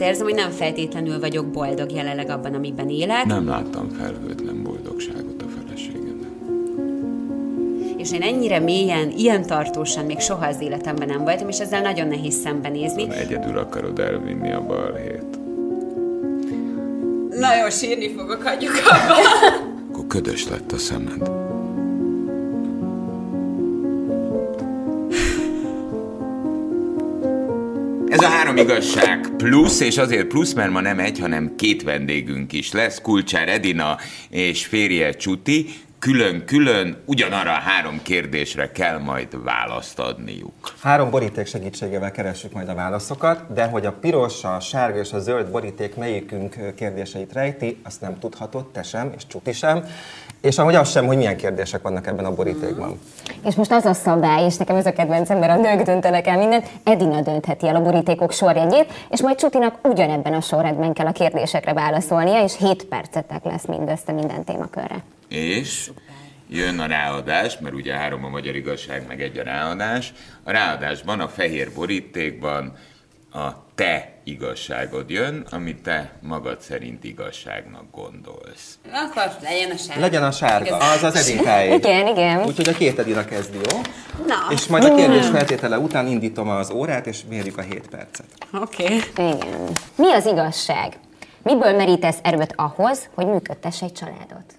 érzem, hogy nem feltétlenül vagyok boldog jelenleg abban, amiben élek. Nem láttam felhőtlen boldogságot a feleségemben. És én ennyire mélyen, ilyen tartósan még soha az életemben nem voltam, és ezzel nagyon nehéz szembenézni. Egyedül akarod elvinni a balhét. Na jó, sírni fogok, hagyjuk abba. Akkor ködös lett a szemed. Ez a 3 igazság plusz, és azért plusz, mert ma nem egy, hanem 2 vendégünk is lesz. Kulcsár Edina és férje Csuti. Külön-külön ugyanarra a 3 kérdésre kell majd választ adniuk. 3 boríték segítségével keressük majd a válaszokat, de hogy a piros, a sárga és a zöld boríték melyikünk kérdéseit rejti, azt nem tudhatod, te sem, és Csuti sem. És ahogy az sem, hogy milyen kérdések vannak ebben a borítékban. És most az a szabály, és nekem ez a kedvencem, mert a nők döntenek el mindent, Edina döntheti el a borítékok sorrendjét, és majd Csutinak ugyanebben a sorrendben kell a kérdésekre válaszolnia, és 7 percetek lesz mindössze minden témakörre. És jön a ráadás, mert ugye 3 a magyar igazság, meg 1 a ráadás. A ráadásban, a fehér borítékban a te igazságod jön, amit te magad szerint igazságnak gondolsz. Akkor legyen a sárga. Legyen a sárga, az az Edinkáé. Igen. Úgyhogy a 2 Edina kezdi, jó? Na. És majd a kérdés feltétele után indítom az órát, és mérjük a 7 percet. Oké. Igen. Mi az igazság? Miből merítesz erőt ahhoz, hogy működtess egy családot?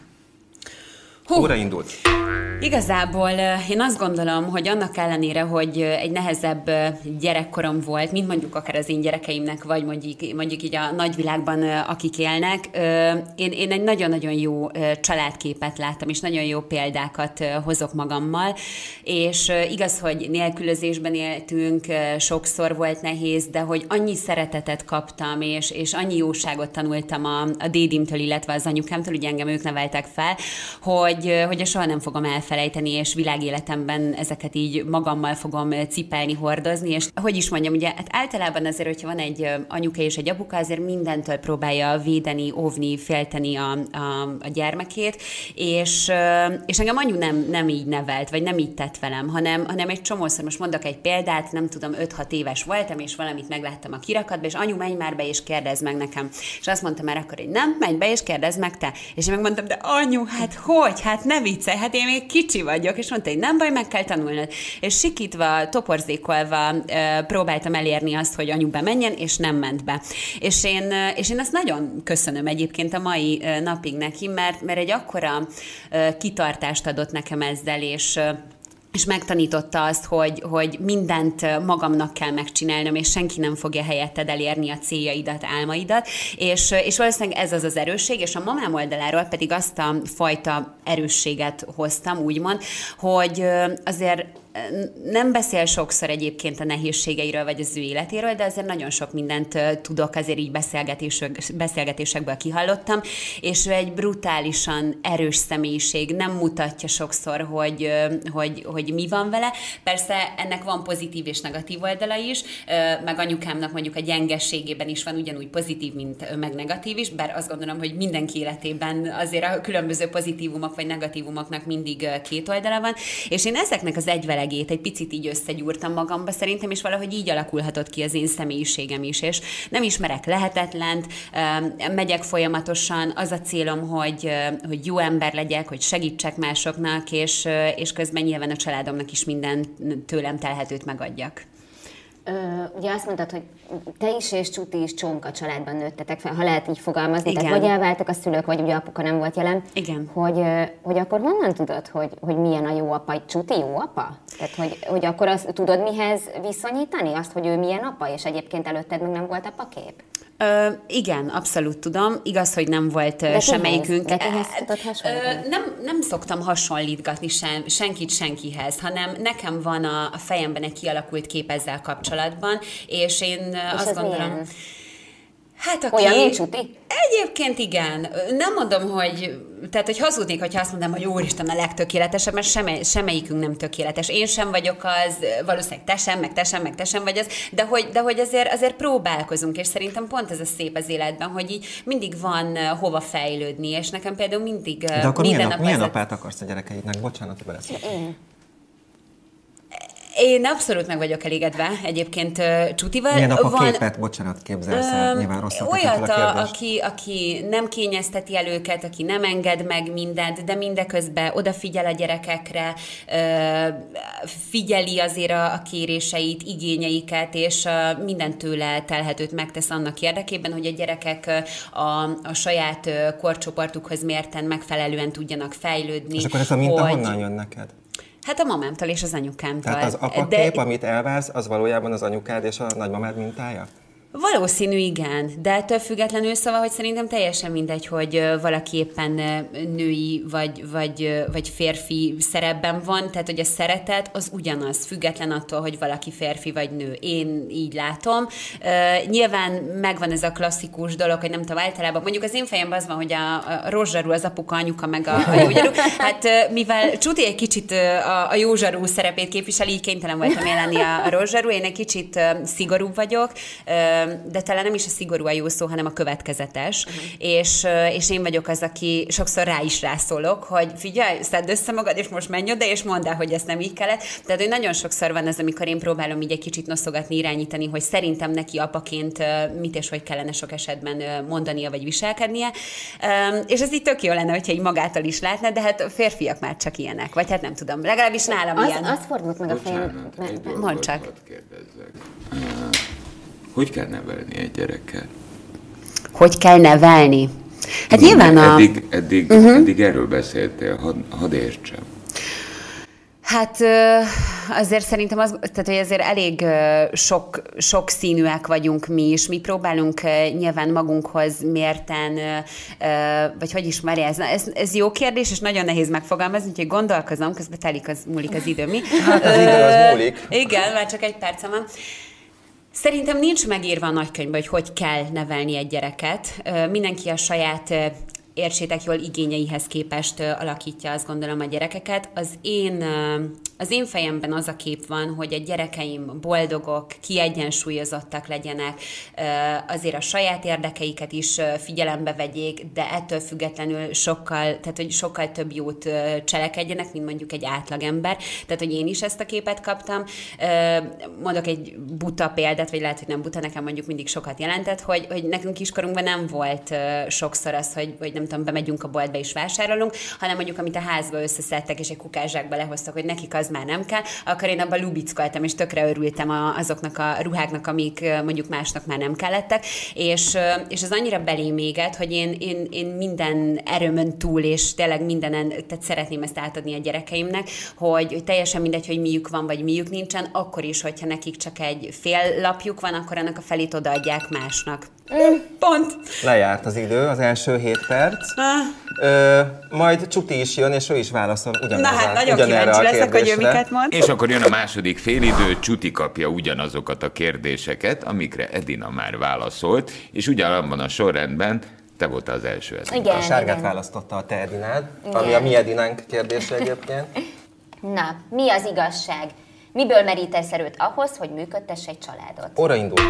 Óra indult. Igazából én azt gondolom, hogy annak ellenére, hogy egy nehezebb gyerekkorom volt, mint mondjuk akár az én gyerekeimnek, vagy mondjuk így a nagyvilágban, akik élnek, én egy nagyon-nagyon jó családképet láttam, és nagyon jó példákat hozok magammal, és igaz, hogy nélkülözésben éltünk, sokszor volt nehéz, de hogy annyi szeretetet kaptam, és annyi jóságot tanultam a dédimtől, illetve az anyukámtól, ugye engem ők neveltek fel, hogy soha nem fogom elfelejteni, és világéletemben ezeket így magammal fogom cipelni, hordozni, és hogy is mondjam, ugye hát általában azért, hogyha van egy anyuka és egy apuka, azért mindentől próbálja védeni, óvni, félteni a gyermekét, és engem anyu nem így nevelt, vagy nem így tett velem, hanem egy csomószor, most mondok egy példát, nem tudom, 5-6 éves voltam, és valamit megláttam a kirakatba, és anyu, menj már be, és kérdezd meg nekem. És azt mondtam már akkor, hogy nem, menj be, és kérdezd meg te. És én megmondtam, de anyu, hát hogy? Hát ne viccelj, hát én még kicsi vagyok, és mondta, hogy nem baj, meg kell tanulnod. És sikítva, toporzékolva próbáltam elérni azt, hogy anyu bemenjen, és nem ment be. És én ezt nagyon köszönöm egyébként a mai napig neki, mert egy akkora kitartást adott nekem ezzel, és megtanította azt, hogy mindent magamnak kell megcsinálnom, és senki nem fogja helyetted elérni a céljaidat, álmaidat, és valószínűleg ez az erősség, és a mamám oldaláról pedig azt a fajta erősséget hoztam, úgymond, hogy azért nem beszél sokszor egyébként a nehézségeiről, vagy az ő életéről, de azért nagyon sok mindent tudok, azért így beszélgetésekből kihallottam, és ő egy brutálisan erős személyiség, nem mutatja sokszor, hogy mi van vele. Persze ennek van pozitív és negatív oldala is, meg anyukámnak mondjuk a gyengességében is van ugyanúgy pozitív, mint meg negatív is, bár azt gondolom, hogy mindenki életében azért a különböző pozitívumok vagy negatívumoknak mindig 2 oldala van, és én ezeknek az egyvelegét egy picit így összegyúrtam magamba szerintem, és valahogy így alakulhatott ki az én személyiségem is, és nem ismerek lehetetlent, megyek folyamatosan, az a célom, hogy jó ember legyek, hogy segítsek másoknak, és közben nyilván a családomnak is minden tőlem telhetőt megadjak. Ugye azt mondtad, hogy te is és Csuti is csonka családban nőttetek fel, ha lehet így fogalmazni, Igen. tehát vagy elváltak a szülők, vagy ugye apuka nem volt jelen. Igen. Hogy akkor honnan tudod, hogy milyen a jó apa? Csuti jó apa? Tehát, hogy akkor azt tudod mihez viszonyítani? Azt, hogy ő milyen apa, és egyébként előtted meg nem volt apakép? Igen, abszolút tudom. Igaz, hogy nem volt semmelyikünk. De kihez tudod hasonlítani? Nem szoktam hasonlítgatni senkit senkihez, hanem nekem van a fejemben egy kialakult kép ezzel kapcsolatban, és én azt gondolom... Milyen? Hát olyan, mint Csuti? Egyébként igen. Nem mondom, hogy hazudnék, hogyha azt mondanám, hogy úristen, a legtökéletesebb, mert semmelyikünk nem tökéletes. Én sem vagyok az, valószínűleg te sem, meg te sem vagy az, de hogy azért próbálkozunk, és szerintem pont ez a szép az életben, hogy így mindig van hova fejlődni, és nekem például mindig de akkor minden milyen apát akarsz a gyerekeidnek? Bocsánat, hogy beleszólok. Én abszolút meg vagyok elégedve egyébként Csutival. Milyen képet, bocsánat, képzelsz el, nyilván rosszat olyat, aki nem kényezteti el őket, aki nem enged meg mindent, de mindeközben odafigyel a gyerekekre, figyeli azért a kéréseit, igényeiket, és minden tőle telhetőt megtesz annak érdekében, hogy a gyerekek a saját korcsoportukhoz mérten megfelelően tudjanak fejlődni. És akkor ez a minta honnan jön neked? Hát a mamámtól és az anyukámtól. Tehát az apakép, amit elvársz, az valójában az anyukád és a nagymamád mintája? Valószínű, igen, de ettől függetlenül szóval, hogy szerintem teljesen mindegy, hogy valaki éppen női vagy férfi szerepben van, tehát hogy a szeretet az ugyanaz, független attól, hogy valaki férfi vagy nő. Én így látom. Nyilván megvan ez a klasszikus dolog, hogy nem tudom, általában mondjuk az én fejemben az van, hogy a rozsarú az apuka, anyuka, meg a józsarú. Hát mivel Csuti egy kicsit a józsarú szerepét képviseli, így kénytelen voltam jelenni a rozsarú, én egy kicsit szigorúbb vagyok, de talán nem is a szigorú a jó szó, hanem a következetes. És én vagyok az, aki sokszor rá is rászólok, hogy figyelj, szedd össze magad, és most menj oda, és mondd el, hogy ezt nem így kellett. Tehát, hogy nagyon sokszor van ez, amikor én próbálom így egy kicsit noszogatni, irányítani, hogy szerintem neki apaként mit és hogy kellene sok esetben mondania, vagy viselkednie. És ez így tök jó lenne, hogyha így magától is látna, de hát a férfiak már csak ilyenek. Vagy hát nem tudom, legalábbis nálam ilyen. Az fordult meg a fejem. Mondd csak. Hogy kell nevelni egy gyereket? Hogy kell nevelni? Hát nyilván eddig erről beszéltél, hadd értsem. Hát azért szerintem tehát, hogy azért elég sok színűek vagyunk mi is. Mi próbálunk nyilván magunkhoz mérten, vagy hogy is Mária, ez jó kérdés, és nagyon nehéz megfogalmazni, úgyhogy gondolkozom, közben múlik az idő, mi? Hát az idő az múlik. Igen, már csak egy percem van. Szerintem nincs megírva a nagykönyvben, hogy kell nevelni egy gyereket. Mindenki a saját, értsétek jól, igényeihez képest alakítja, azt gondolom, a gyerekeket. Az én fejemben az a kép van, hogy a gyerekeim boldogok, kiegyensúlyozottak legyenek, azért a saját érdekeiket is figyelembe vegyék, de ettől függetlenül sokkal több jót cselekedjenek, mint mondjuk egy átlagember. Tehát, hogy én is ezt a képet kaptam. Mondok egy buta példát, vagy lehet, hogy nem buta, nekem mondjuk mindig sokat jelentett, hogy nekünk kiskorunkban nem volt sokszor az, hogy nem tudom, bemegyünk a boltba és vásárolunk, hanem mondjuk, amit a házba összeszedtek, és egy kukászsákba lehoztak, hogy nekik az már nem kell, akkor én abban lubickoltam, és tökre örültem azoknak a ruháknak, amik mondjuk másnak már nem kellettek, és az annyira belém égett, hogy én minden erőmön túl, és tényleg tehát szeretném ezt átadni a gyerekeimnek, hogy teljesen mindegy, hogy miük van, vagy miük nincsen, akkor is, hogyha nekik csak egy fél lapjuk van, akkor annak a felét odaadják másnak. Pont. Lejárt az idő, az első 7 perc. Majd Csuti is jön, és ő is válaszol ugyanerre a kérdésre. Hogy ő miket mond. És akkor jön a második félidő, Csuti kapja ugyanazokat a kérdéseket, amikre Edina már válaszolt, és ugyanabban a sorrendben te voltál az első, Edina. Igen, a sárgát választotta a te Edinád, ami a mi Edinánk kérdése egyébként. Na, mi az igazság? Miből merítesz erőt ahhoz, hogy működtess egy családot? Óra indul.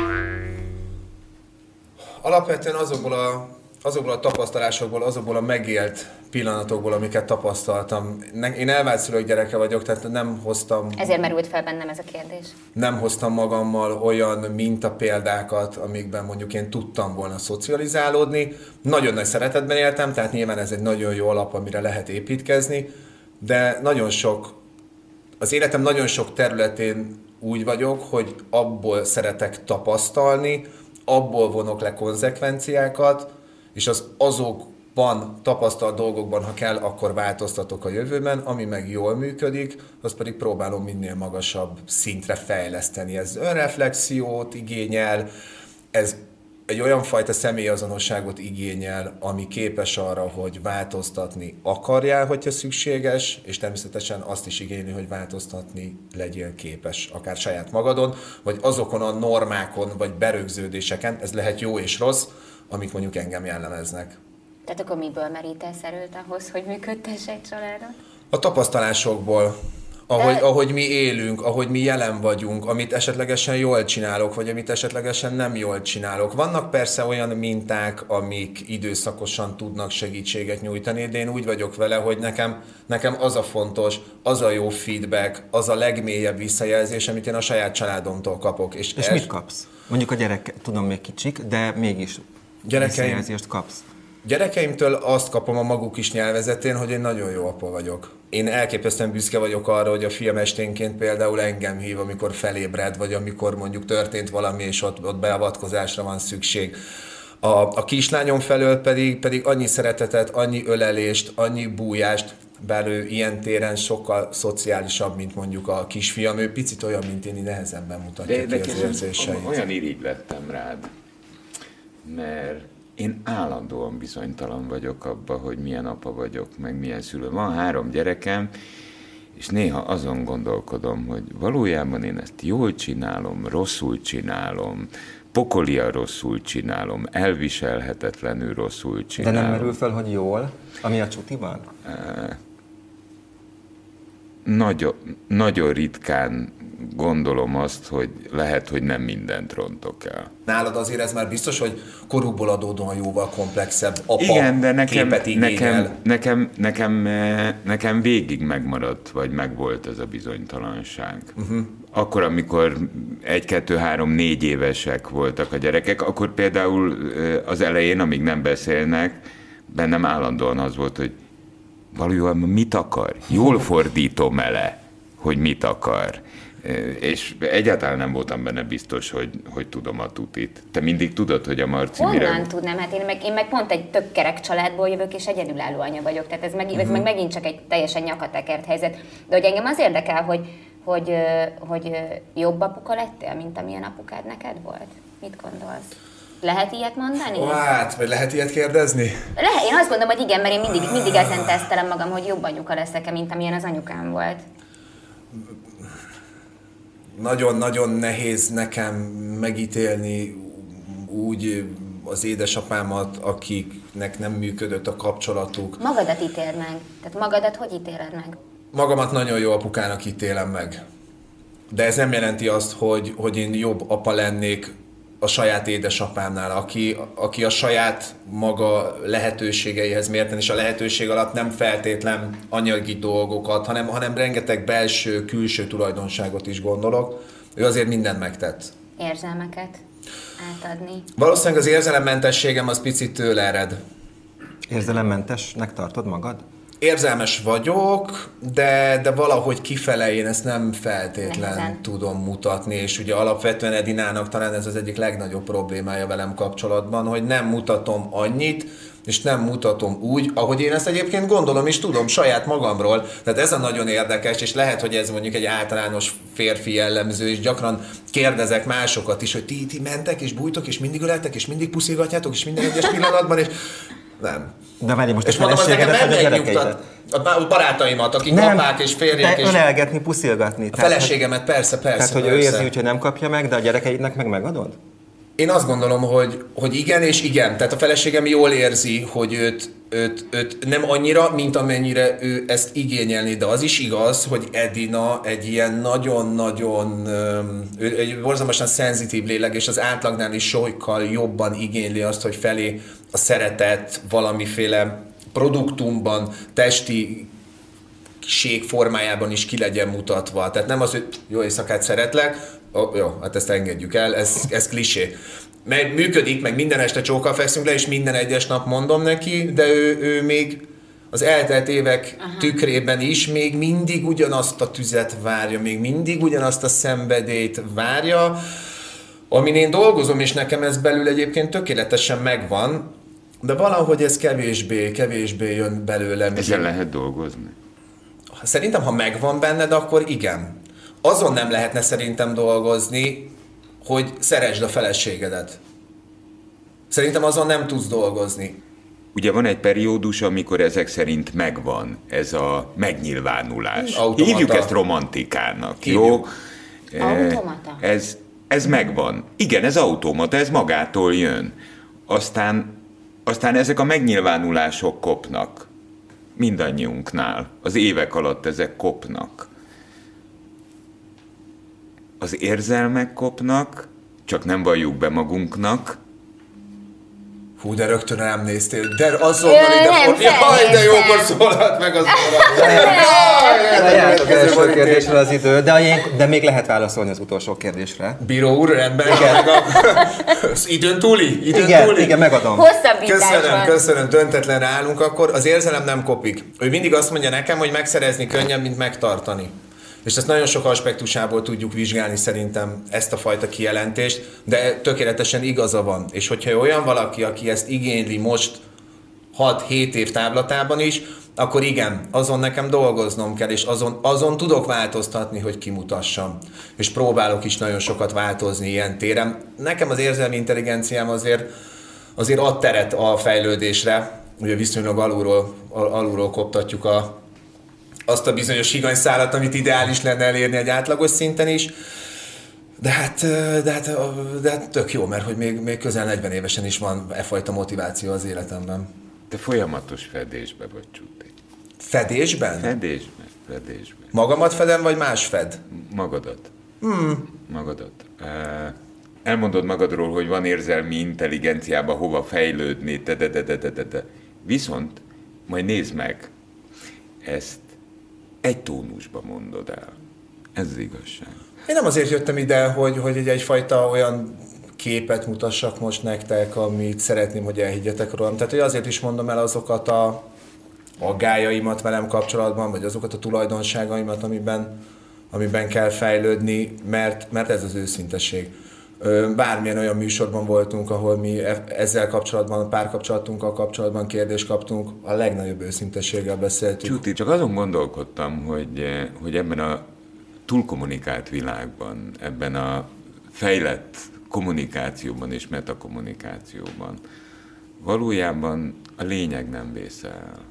Alapvetően azokból a tapasztalásokból, azokból a megélt pillanatokból, amiket tapasztaltam. Én elvált szülők gyereke vagyok, tehát nem hoztam... Ezért merült fel bennem ez a kérdés. Nem hoztam magammal olyan mintapéldákat, amikben mondjuk én tudtam volna szocializálódni. Nagyon nagy szeretetben éltem, tehát nyilván ez egy nagyon jó alap, amire lehet építkezni, de az életem nagyon sok területén úgy vagyok, hogy abból szeretek tapasztalni, abból vonok le konzekvenciákat, és azokban tapasztalt dolgokban, ha kell, akkor változtatok a jövőben, ami meg jól működik, azt pedig próbálom minél magasabb szintre fejleszteni. Ez önreflexiót igényel, ez egy olyan fajta személyazonosságot igényel, ami képes arra, hogy változtatni akarjál, hogyha szükséges, és természetesen azt is igényli, hogy változtatni legyél képes, akár saját magadon, vagy azokon a normákon, vagy berögződéseken, ez lehet jó és rossz, amik mondjuk engem jellemeznek. Tehát akkor miből merítesz erőt ahhoz, hogy működtess egy családot? A tapasztalásokból, ahogy mi élünk, ahogy mi jelen vagyunk, amit esetlegesen jól csinálok, vagy amit esetlegesen nem jól csinálok. Vannak persze olyan minták, amik időszakosan tudnak segítséget nyújtani, de én úgy vagyok vele, hogy nekem az a fontos, az a jó feedback, az a legmélyebb visszajelzés, amit én a saját családomtól kapok. És mit kapsz? Mondjuk a gyerek, tudom, még kicsik, de mégis visszajelzést kapsz. Gyerekeimtől azt kapom a maguk is nyelvezetén, hogy én nagyon jó apa vagyok. Én elképesztően büszke vagyok arra, hogy a fiam esténként például engem hív, amikor felébred, vagy amikor mondjuk történt valami, és ott beavatkozásra van szükség. A kislányom felől pedig annyi szeretetet, annyi ölelést, annyi bújást, bár ő ilyen téren sokkal szociálisabb, mint mondjuk a kisfiam. Ő picit olyan, mint én, nehezebben mutatja ki az érzéseit. Olyan irigy lettem rád, mert én állandóan bizonytalan vagyok abban, hogy milyen apa vagyok, meg milyen szülő. Van 3 gyerekem, és néha azon gondolkodom, hogy valójában én ezt jól csinálom, rosszul csinálom, pokolian rosszul csinálom, elviselhetetlenül rosszul csinálom. De nem merül fel, hogy jól, ami a Csutiban? Nagyon ritkán gondolom azt, hogy lehet, hogy nem mindent rontok el. Nálad azért ez már biztos, hogy korukból adódóan jóval komplexebb apa. Igen, de nekem végig megmaradt, vagy megvolt ez a bizonytalanság. Akkor, amikor 1, 2, 3, 4 évesek voltak a gyerekek, akkor például az elején, amíg nem beszélnek, bennem állandóan az volt, hogy valójában mit akar? Jól fordítom ele, hogy mit akar. És egyáltalán nem voltam benne biztos, hogy tudom a tutit. Te mindig tudod, hogy a Marci mire... Honnan tudnám? Hát én meg pont egy tök kerek családból jövök, és egyedülálló anya vagyok. Tehát ez meg megint csak egy teljesen nyakatekert helyzet. De hogy engem az érdekel, hogy jobb apuka lettél, mint amilyen apukád neked volt? Mit gondolsz? Lehet ilyet mondani? Hát, vagy lehet ilyet kérdezni? Én azt gondolom, hogy igen, mert én mindig ezen tesztelem magam, hogy jobb anyuka leszek-e, mint amilyen az anyukám volt. Nagyon-nagyon nehéz nekem megítélni úgy az édesapámat, akiknek nem működött a kapcsolatuk. Magadat ítéld meg. Tehát magadat hogy ítéled meg? Magamat nagyon jó apukának ítélem meg. De ez nem jelenti azt, hogy én jobb apa lennék a saját édesapámnál, aki a saját maga lehetőségeihez mérten, és a lehetőség alatt nem feltétlen anyagi dolgokat, hanem rengeteg belső, külső tulajdonságot is gondolok. Ő azért mindent megtett. Érzelmeket átadni. Valószínűleg az érzelemmentességem az picit tőle ered. Érzelemmentesnek tartod magad? Érzelmes vagyok, de valahogy kifele én ezt nem feltétlen tudom mutatni, és ugye alapvetően Edinának talán ez az egyik legnagyobb problémája velem kapcsolatban, hogy nem mutatom annyit, és nem mutatom úgy, ahogy én ezt egyébként gondolom és tudom saját magamról. Tehát ez a nagyon érdekes, és lehet, hogy ez mondjuk egy általános férfi jellemző, és gyakran kérdezek másokat is, hogy ti mentek, és bújtok, és mindig öleltek, és mindig puszilgatjátok, és minden egyes pillanatban, és nem. De várj, most és a feleségedet vagy a gyerekeidet? A barátaimat, akik apák és férjek. De ölelgetni, puszilgatni. A feleségemet persze. Tehát, hogy ő érzi úgy, hogy nem kapja meg, de a gyerekeidnek meg megadod? Én azt gondolom, hogy igen és igen. Tehát a feleségem jól érzi, hogy őt nem annyira, mint amennyire ő ezt igényelni, de az is igaz, hogy Edina egy ilyen nagyon-nagyon, egy borzalmasan szenzitív lélek, és az átlagnál is sokkal jobban igényli azt, hogy felé a szeretet valamiféle produktumban, testiség formájában is ki legyen mutatva. Tehát nem az, hogy jó éjszakát szeretlek, jó, hát ezt engedjük el, ez klisé. Mert működik, meg minden este csókkal fekszünk le, és minden egyes nap mondom neki, de ő még az eltelt évek tükrében is még mindig ugyanazt a tüzet várja, még mindig ugyanazt a szenvedélyt várja, amin én dolgozom, és nekem ez belül egyébként tökéletesen megvan, de valahogy ez kevésbé jön belőlem. Ezzel lehet dolgozni? Szerintem, ha megvan benned, akkor igen. Azon nem lehetne szerintem dolgozni, hogy szeresd a feleségedet. Szerintem azon nem tudsz dolgozni. Ugye van egy periódus, amikor ezek szerint megvan ez a megnyilvánulás. Automata. Hívjuk ezt romantikának, jó? Automata? Ez megvan. Igen, ez automata, ez magától jön. Aztán ezek a megnyilvánulások kopnak. Mindannyiunknál. Az évek alatt ezek kopnak. Az érzelmek kopnak, csak nem valljuk be magunknak. Hú, de rögtön rám néztél, de azonnal ide jaj, de jókor szólalt meg az Lejárt az első kérdésre az idő, de még lehet válaszolni az utolsó kérdésre. Bíró úr, rendben? Az időn túli? Igen, megadom. Hosszabbítás Köszönöm, döntetlenre állunk akkor. Az érzelem nem kopik. Ő mindig azt mondja nekem, hogy megszerezni könnyebb, mint megtartani. És ezt nagyon sok aspektusából tudjuk vizsgálni szerintem ezt a fajta kijelentést, de tökéletesen igaza van. És hogyha olyan valaki, aki ezt igényli most 6-7 év távlatában is, akkor igen, azon nekem dolgoznom kell, és azon tudok változtatni, hogy kimutassam. És próbálok is nagyon sokat változni ilyen téren. Nekem az érzelmi intelligenciám azért ad teret a fejlődésre. Ugye viszonylag alulról koptatjuk azt a bizonyos higanyszálat, amit ideális lenne elérni egy átlagos szinten is. De hát tök jó, mert hogy még közel 40 évesen is van e fajta motiváció az életemben. Te folyamatos fedésbe vagy, Csuti. Fedésben? Fedésben. Magamat fedem, vagy más fed? Magadat. Magadat. Elmondod magadról, hogy van érzelmi intelligenciába hova fejlődni, de. Viszont majd nézd meg, ezt egy tónusba mondod el. Ez az igazság. Én nem azért jöttem ide, hogy egyfajta olyan képet mutassak most nektek, amit szeretném, hogy elhiggyetek rólam. Tehát, hogy azért is mondom el azokat a aggályaimat velem kapcsolatban, vagy azokat a tulajdonságaimat, amiben kell fejlődni, mert ez az őszintesség. Bármilyen olyan műsorban voltunk, ahol mi ezzel kapcsolatban, a párkapcsolatunkkal kapcsolatban kérdést kaptunk, a legnagyobb őszintességgel beszéltünk. Csuti, csak azon gondolkodtam, hogy ebben a túlkommunikált világban, ebben a fejlett kommunikációban és metakommunikációban valójában a lényeg nem vészel el.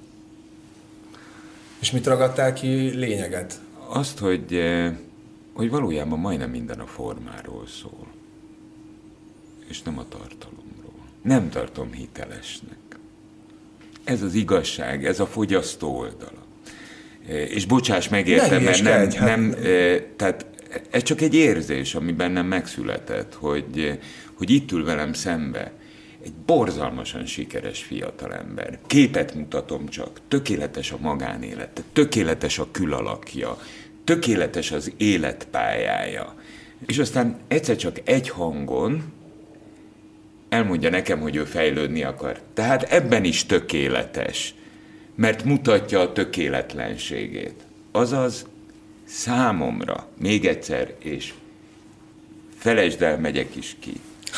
És mit ragadtál ki lényeget? Azt, hogy valójában majdnem minden a formáról szól, és nem a tartalomról. Nem tartom hitelesnek. Ez az igazság, ez a fogyasztó oldala. És bocsáss, megértem, mert tehát ez csak egy érzés, ami bennem megszületett, hogy itt ül velem szembe egy borzalmasan sikeres fiatalember. Képet mutatom csak, tökéletes a magánélete, tökéletes a külalakja, tökéletes az életpályája. És aztán egyszer csak egy hangon elmondja nekem, hogy ő fejlődni akar. Tehát ebben is tökéletes, mert mutatja a tökéletlenségét. Azaz számomra, még egyszer, és felejtsd el, megyek is ki.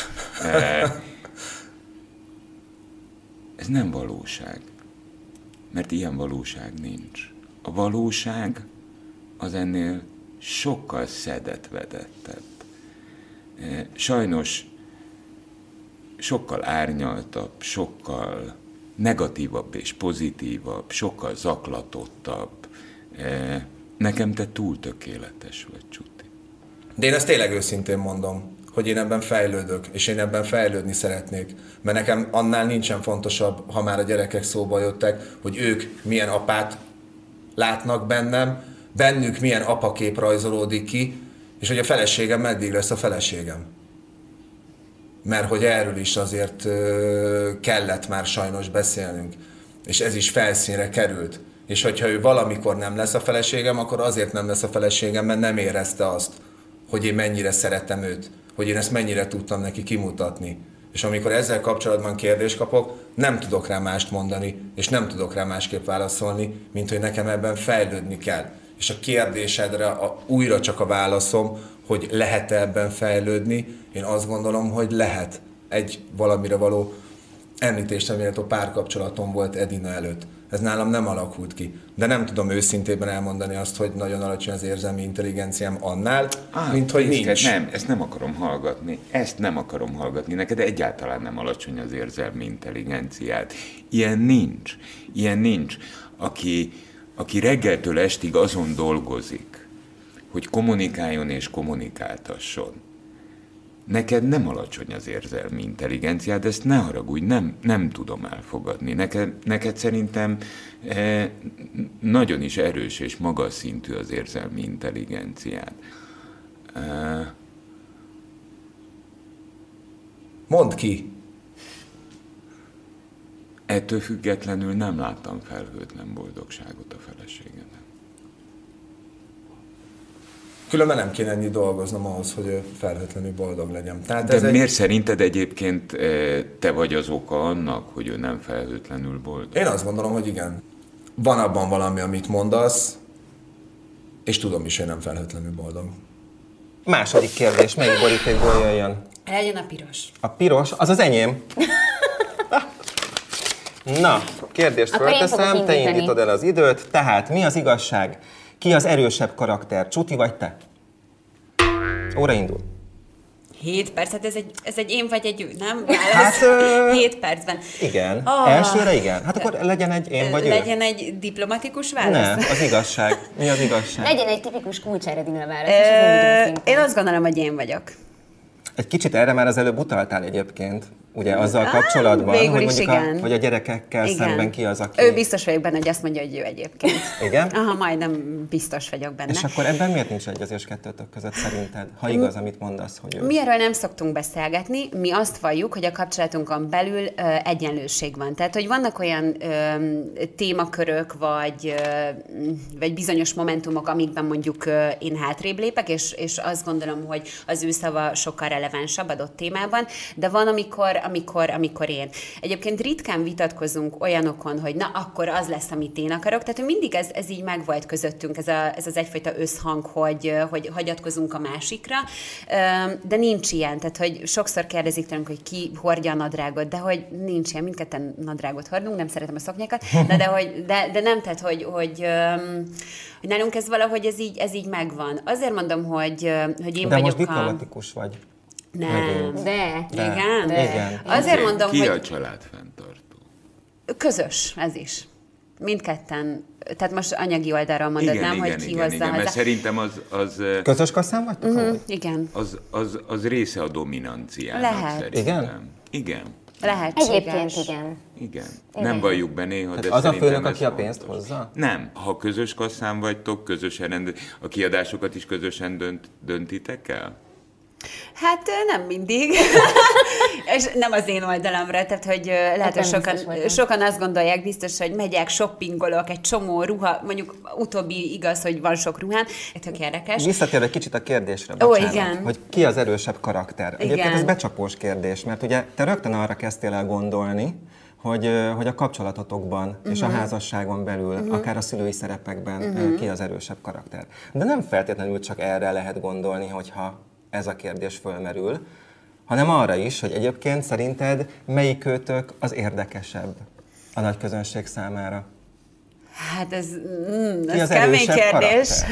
Ez nem valóság, mert ilyen valóság nincs. A valóság az ennél sokkal szedett-vedettebb. Sajnos sokkal árnyaltabb, sokkal negatívabb és pozitívabb, sokkal zaklatottabb. Nekem te túl tökéletes vagy, Csuti. De én ezt tényleg őszintén mondom, hogy én ebben fejlődök, és én ebben fejlődni szeretnék. Mert nekem annál nincsen fontosabb, ha már a gyerekek szóba jöttek, hogy ők milyen apát látnak bennem, bennük milyen apakép rajzolódik ki, és hogy a feleségem meddig lesz a feleségem. Mert hogy erről is azért kellett már sajnos beszélnünk, és ez is felszínre került. És hogyha ő valamikor nem lesz a feleségem, akkor azért nem lesz a feleségem, mert nem érezte azt, hogy én mennyire szeretem őt, hogy én ezt mennyire tudtam neki kimutatni. És amikor ezzel kapcsolatban kérdést kapok, nem tudok rá mást mondani, és nem tudok rá másképp válaszolni, mint hogy nekem ebben fejlődni kell. És a kérdésedre újra csak a válaszom, hogy lehet-e ebben fejlődni, én azt gondolom, hogy lehet. Egy valamire való említésre méltó párkapcsolatom volt Edina előtt. Ez nálam nem alakult ki. De nem tudom őszintében elmondani azt, hogy nagyon alacsony az érzelmi intelligenciám annál, mint hogy nincs. Nem, ezt nem akarom hallgatni. Ezt nem akarom hallgatni. Neked egyáltalán nem alacsony az érzelmi intelligenciád. Ilyen nincs. Ilyen nincs. Aki reggeltől estig azon dolgozik, hogy kommunikáljon és kommunikáltasson. Neked nem alacsony az érzelmi intelligenciád, ezt ne haragudj, nem tudom elfogadni. Neked szerintem nagyon is erős és magas szintű az érzelmi intelligenciád. Mondd ki! Ettől függetlenül nem láttam felhőtlen boldogságot a feleségeden. Különben nem kéne ennyi dolgoznom ahhoz, hogy ő felhőtlenül boldog legyen. Tehát de miért szerinted egyébként te vagy az oka annak, hogy ő nem felhőtlenül boldog? Én azt gondolom, hogy igen. Van abban valami, amit mondasz, és tudom is, hogy nem felhőtlenül boldog. Második kérdés, melyik borítékból jöjjön? Legyen a piros. A piros, az az enyém. Na, kérdést Akkor én fölteszem, fogok te indítani. indítod el az időt. Tehát mi az igazság? Ki az erősebb karakter, Csuti vagy te? Óra indul. 7 perc, hát ez egy én vagy egy ő, nem? Hát, 7 percben. Igen. Ah. Elsőre igen. Hát akkor legyen egy én vagy ő. Legyen egy diplomatikus válasz? Nem, az igazság. Mi az igazság? Legyen egy tipikus Kulcsáredina válasz, és az induló szinten. Én azt gondolom, hogy én vagyok. Egy kicsit erre már az előbb utaltál egyébként, ugye azzal kapcsolatban, végül hogy is mondjuk igen. hogy a gyerekekkel Igen. szemben ki az, aki... Ő biztos vagyok benne, hogy azt mondja, hogy ő egyébként. Igen? Aha, majdnem biztos vagyok benne. És akkor ebben miért nincs egyezés kettőtök között szerinted, ha igaz, amit mondasz, hogy ő... Mi erről nem szoktunk beszélgetni, mi azt valljuk, hogy a kapcsolatunkon belül egyenlőség van. Tehát, hogy vannak olyan témakörök, vagy bizonyos momentumok, amikben mondjuk én hátrébb lépek, és azt gondolom, hogy az ő szava sokkal relevánsabb adott témában, de van, amikor én. Egyébként ritkán vitatkozunk olyanokon, hogy na, akkor az lesz, amit én akarok. Tehát, hogy mindig ez így megvolt közöttünk, ez az egyfajta összhang, hogy hagyatkozunk a másikra, de nincs ilyen. Tehát, hogy sokszor kérdezik tőlünk, hogy ki hordja a nadrágot, de hogy nincs ilyen, mindketten nadrágot hordunk, nem szeretem a szoknyákat, de nem, tehát, hogy nálunk ez valahogy ez így megvan. Azért mondom, hogy én De vagyok most diplomatikus vagy. Nem. De. Igen? Igen. Azért mondom, Ki hogy a családfenntartó? közös, ez is. Mindketten. Tehát most anyagi oldalról mondod, nem, hogy ki hozza mert haza. szerintem az Közös kasszán vagytok? amúgy? Igen, az része a dominanciának Lehet. szerintem. Igen? lehetséges. Egyébként igen. Igen. Nem valljuk be néha, de Tehát az a szerintem főnök, ez aki a fontos. pénzt hozza? Nem. Ha közös kasszán vagytok, közösen a kiadásokat is közösen döntitek el? Hát nem mindig. És nem az én oldalamra, tehát hogy lehet, hogy nem biztos vagyok. sokan azt gondolják biztos, hogy megyek, shoppingolok, egy csomó ruha, mondjuk utóbbi igaz, hogy van sok ruhám, tök érdekes. Visszatérve egy kicsit a kérdésre, Ó, bocsánat, igen. hogy ki az erősebb karakter. Egyébként Igen. ez becsapós kérdés, mert ugye te rögtön arra kezdtél el gondolni, hogy a kapcsolatotokban és a házasságon belül, akár a szülői szerepekben ki az erősebb karakter. De nem feltétlenül csak erre lehet gondolni, hogyha ez a kérdés fölmerül, hanem arra is, hogy egyébként szerinted melyikőtök az érdekesebb a nagy közönség számára? Hát ez Ki az kemény erősebb kérdés. karakter?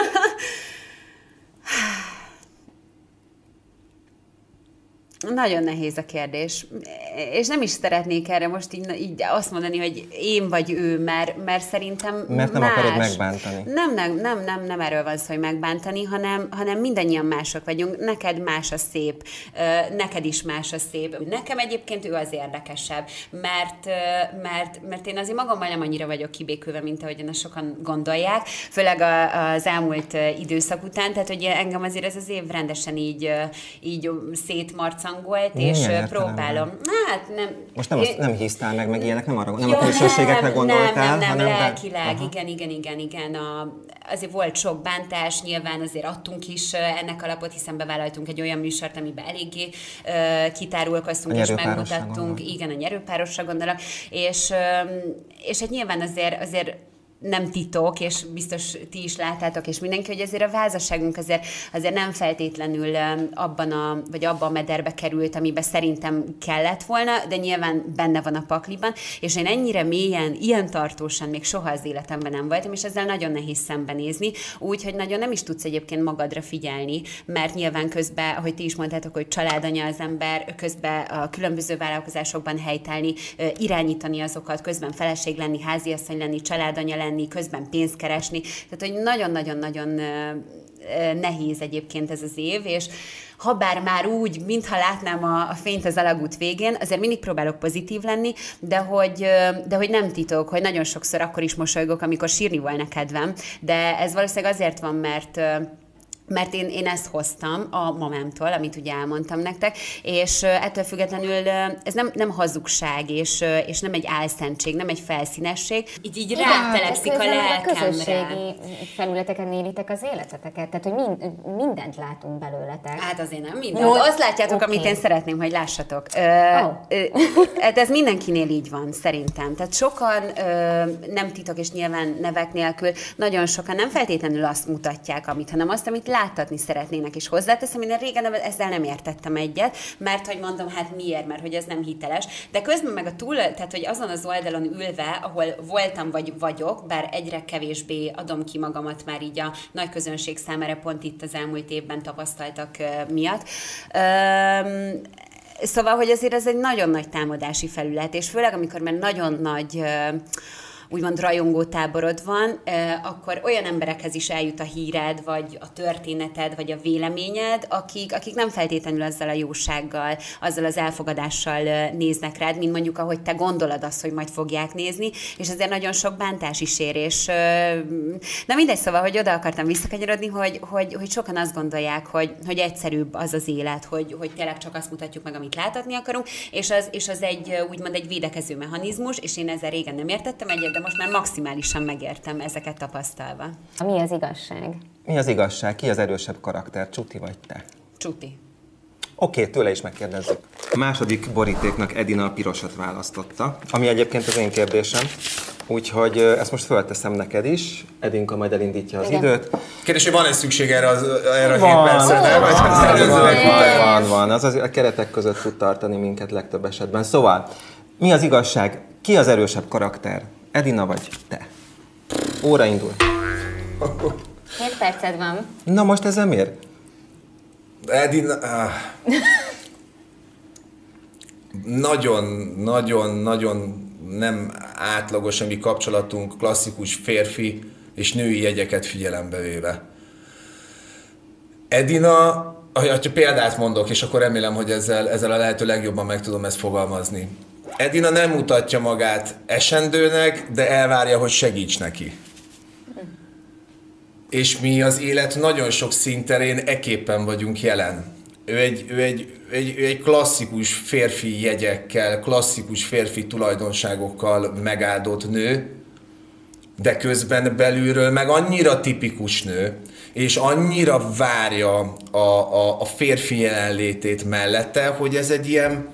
Nagyon nehéz a kérdés, és nem is szeretnék erre most így azt mondani, hogy én vagy ő, mert szerintem Mert nem más. akarod megbántani. Nem erről van szó, hogy megbántani, hanem mindannyian mások vagyunk. Neked más a szép, neked is más a szép. Nekem egyébként ő az érdekesebb, mert én azért magammal nem annyira vagyok kibékülve, mint ahogyan ezt sokan gondolják, főleg az elmúlt időszak után, tehát hogy engem azért ez az év rendesen így szétmarcangolt, és Milyen próbálom. Hát nem. Most nem hisztál meg ilyenek, nem a külsőségekre gondoltál, nem, hanem... lelkileg, igen. Azért volt sok bántás, nyilván azért adtunk is ennek alapot, hiszen bevállaltunk egy olyan műsort, amiben eléggé kitárulkoztunk és megmutattunk. Igen, a nyerőpárosra gondolok. És hát nyilván azért nem titok, és biztos ti is láttátok, és mindenki, hogy azért a házasságunk azért nem feltétlenül abban a mederbe került, amiben szerintem kellett volna, de nyilván benne van a pakliban, és én ennyire mélyen, ilyen tartósan még soha az életemben nem voltam, és ezzel nagyon nehéz szembenézni, úgyhogy nagyon nem is tudsz egyébként magadra figyelni, mert nyilván közben, ahogy ti is mondtátok, hogy családanya az ember, közben a különböző vállalkozásokban helytállni, irányítani azokat, közben feleség lenni, háziasszony lenni, családanya lenni, közben pénzt keresni. Tehát, hogy nagyon-nagyon-nagyon nehéz egyébként ez az év, és habár már úgy, mintha látnám a fényt az alagút végén, azért mindig próbálok pozitív lenni, de hogy nem titok, hogy nagyon sokszor akkor is mosolygok, amikor sírni volna kedvem, de ez valószínűleg azért van, mert én ezt hoztam a mamámtól, amit ugye elmondtam nektek, és ettől függetlenül ez nem hazugság, és nem egy álszentség, nem egy felszínesség. Így rátelepszik a lelkemre. A közösségi felületeken élitek az életeteket, tehát hogy mindent látunk belőletek. Hát azért nem mindent. Azt látjátok, amit én szeretném, hogy lássatok. Ez mindenkinél így van, szerintem. Tehát sokan, nem titok és nyilván nevek nélkül, nagyon sokan nem feltétlenül azt mutatják, hanem azt, amit láttatni szeretnének, és hozzáteszem, én régen ezzel nem értettem egyet, mert hogy mondom, hát miért, mert hogy ez nem hiteles, de közben meg tehát hogy azon az oldalon ülve, ahol voltam vagy vagyok, bár egyre kevésbé adom ki magamat már így a nagy közönség számára, pont itt az elmúlt évben tapasztaltak miatt. Szóval, hogy azért ez egy nagyon nagy támadási felület, és főleg amikor már nagyon nagy úgymond rajongótáborod van, akkor olyan emberekhez is eljut a híred, vagy a történeted, vagy a véleményed, akik nem feltétlenül azzal a jósággal, azzal az elfogadással néznek rád, mint mondjuk, ahogy te gondolod azt, hogy majd fogják nézni, és ezért nagyon sok bántás is ér, és na mindegy, szóval, hogy oda akartam visszakanyarodni, hogy sokan azt gondolják, hogy egyszerűbb az az élet, hogy tényleg csak azt mutatjuk meg, amit láthatni akarunk, és az egy úgymond egy védekező mechanizmus, és én ezzel régen nem értettem egyet, de most már maximálisan megértem ezeket tapasztalva. Mi az igazság? Mi az igazság? Ki az erősebb karakter, Csuti vagy te? Csuti. Oké, tőle is megkérdezzük. A második borítéknak Edina a pirosat választotta, ami egyébként az én kérdésem. Úgyhogy ezt most fölteszem neked is. Edinka majd elindítja az időt. Kérdés, hogy van-e szükség erre a 7 percre? Van. Az a keretek között tud tartani minket legtöbb esetben. Szóval, mi az igazság? Ki az erősebb karakter? Edina vagy te? Óra indul. 7 perced van. Na most ezzel miért? Edina... Nagyon nem átlagos a mi kapcsolatunk klasszikus férfi és női jegyeket figyelembe véve. Edina, ha példát mondok, és akkor remélem, hogy ezzel a lehető legjobban meg tudom ezt fogalmazni. Edina nem mutatja magát esendőnek, de elvárja, hogy segíts neki. És mi az élet nagyon sok szinterén eképpen vagyunk jelen. Ő egy klasszikus férfi jegyekkel, klasszikus férfi tulajdonságokkal megáldott nő, de közben belülről meg annyira tipikus nő, és annyira várja a férfi jelenlétét mellette, hogy ez egy ilyen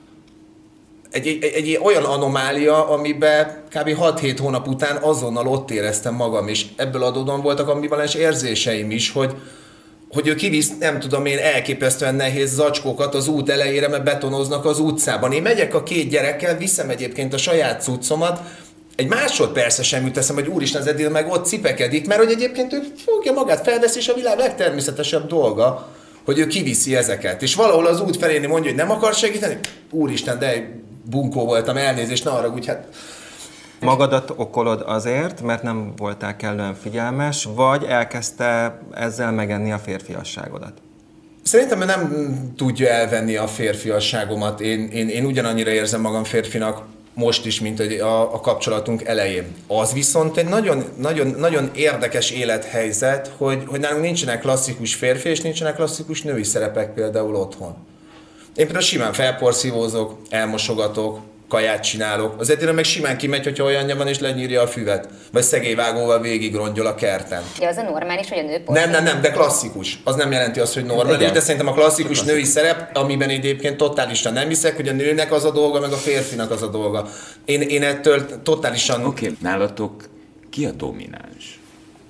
egy olyan anomália, amiben kb. 6-7 hónap után azonnal ott éreztem magam, és ebből adódóan voltak ambivalens érzéseim is, hogy ő kivisz, nem tudom én, elképesztően nehéz zacskókat az út elejére, mert betonoznak az utcában. Én megyek a 2 gyerekkel, viszem egyébként a saját cuccomat, egy másodperce sem jut eszem, hogy úristen, az Edina meg ott cipekedik, mert hogy egyébként ő fogja magát, felvesz, és a világ legtermészetesebb dolga, hogy ő kiviszi ezeket. És valahol az út felé mondja, hogy nem akar segíteni, úristen, de bunkó voltam, elnézést, ne haragudj, hát... Magadat okolod azért, mert nem voltál kellően figyelmes, vagy elkezdte ezzel megenni a férfiasságodat? Szerintem ő nem tudja elvenni a férfiasságomat. Én ugyanannyira érzem magam férfinak most is, mint a kapcsolatunk elején. Az viszont egy nagyon érdekes élethelyzet, hogy nálunk nincsenek klasszikus férfi és nincsenek klasszikus női szerepek például otthon. Én például simán felporszívózok, elmosogatok, kaját csinálok. Az Edina meg simán kimegy, hogyha olyanja van, és lenyírja a füvet. Vagy szegélyvágóval végig rongyol a kerten. Ja, az a normális, hogy a nő Nem, de klasszikus. Az nem jelenti azt, hogy normális, igen. De szerintem a klasszikus női szerep, amiben egyébként totálisan nem hiszek, hogy a nőnek az a dolga, meg a férfinak az a dolga. Én ettől totálisan... Oké, nálatok ki a domináns?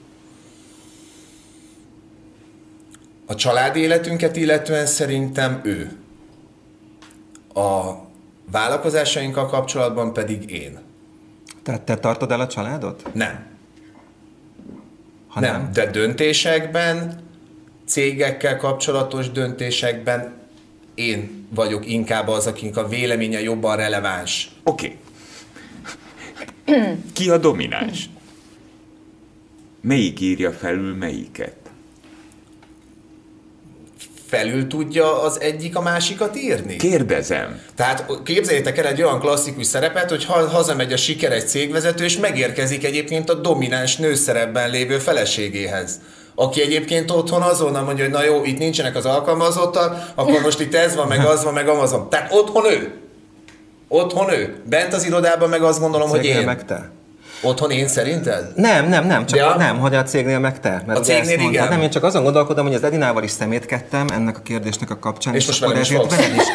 A családi életünket illetően szerintem ő. A vállalkozásainkkal kapcsolatban pedig én. Tehát te tartod el a családot? Nem. Ha nem, de döntésekben, cégekkel kapcsolatos döntésekben én vagyok inkább az, akink a véleménye jobban releváns. Oké. Ki a domináns? Melyik írja felül melyiket? Felül tudja az egyik a másikat írni? Kérdezem. Tehát képzeljétek el egy olyan klasszikus szerepet, hogy hazamegy a sikeres cégvezető, és megérkezik egyébként a domináns nőszerepben lévő feleségéhez. Aki egyébként otthon azonnal mondja, hogy na jó, itt nincsenek az alkalmazottak, akkor most itt ez van, meg az van, meg amazon. Tehát otthon ő. Otthon ő. Bent az irodában meg azt gondolom, hogy én. Meg te? Otthon én szerinted? Nem, csak nem, hogy a cégnél meg te. Mert a cégnél igen. Nem, én csak azon gondolkodom, hogy az Edinával is szemétkedtem ennek a kérdésnek a kapcsán. És most velem is fogsz. Veled is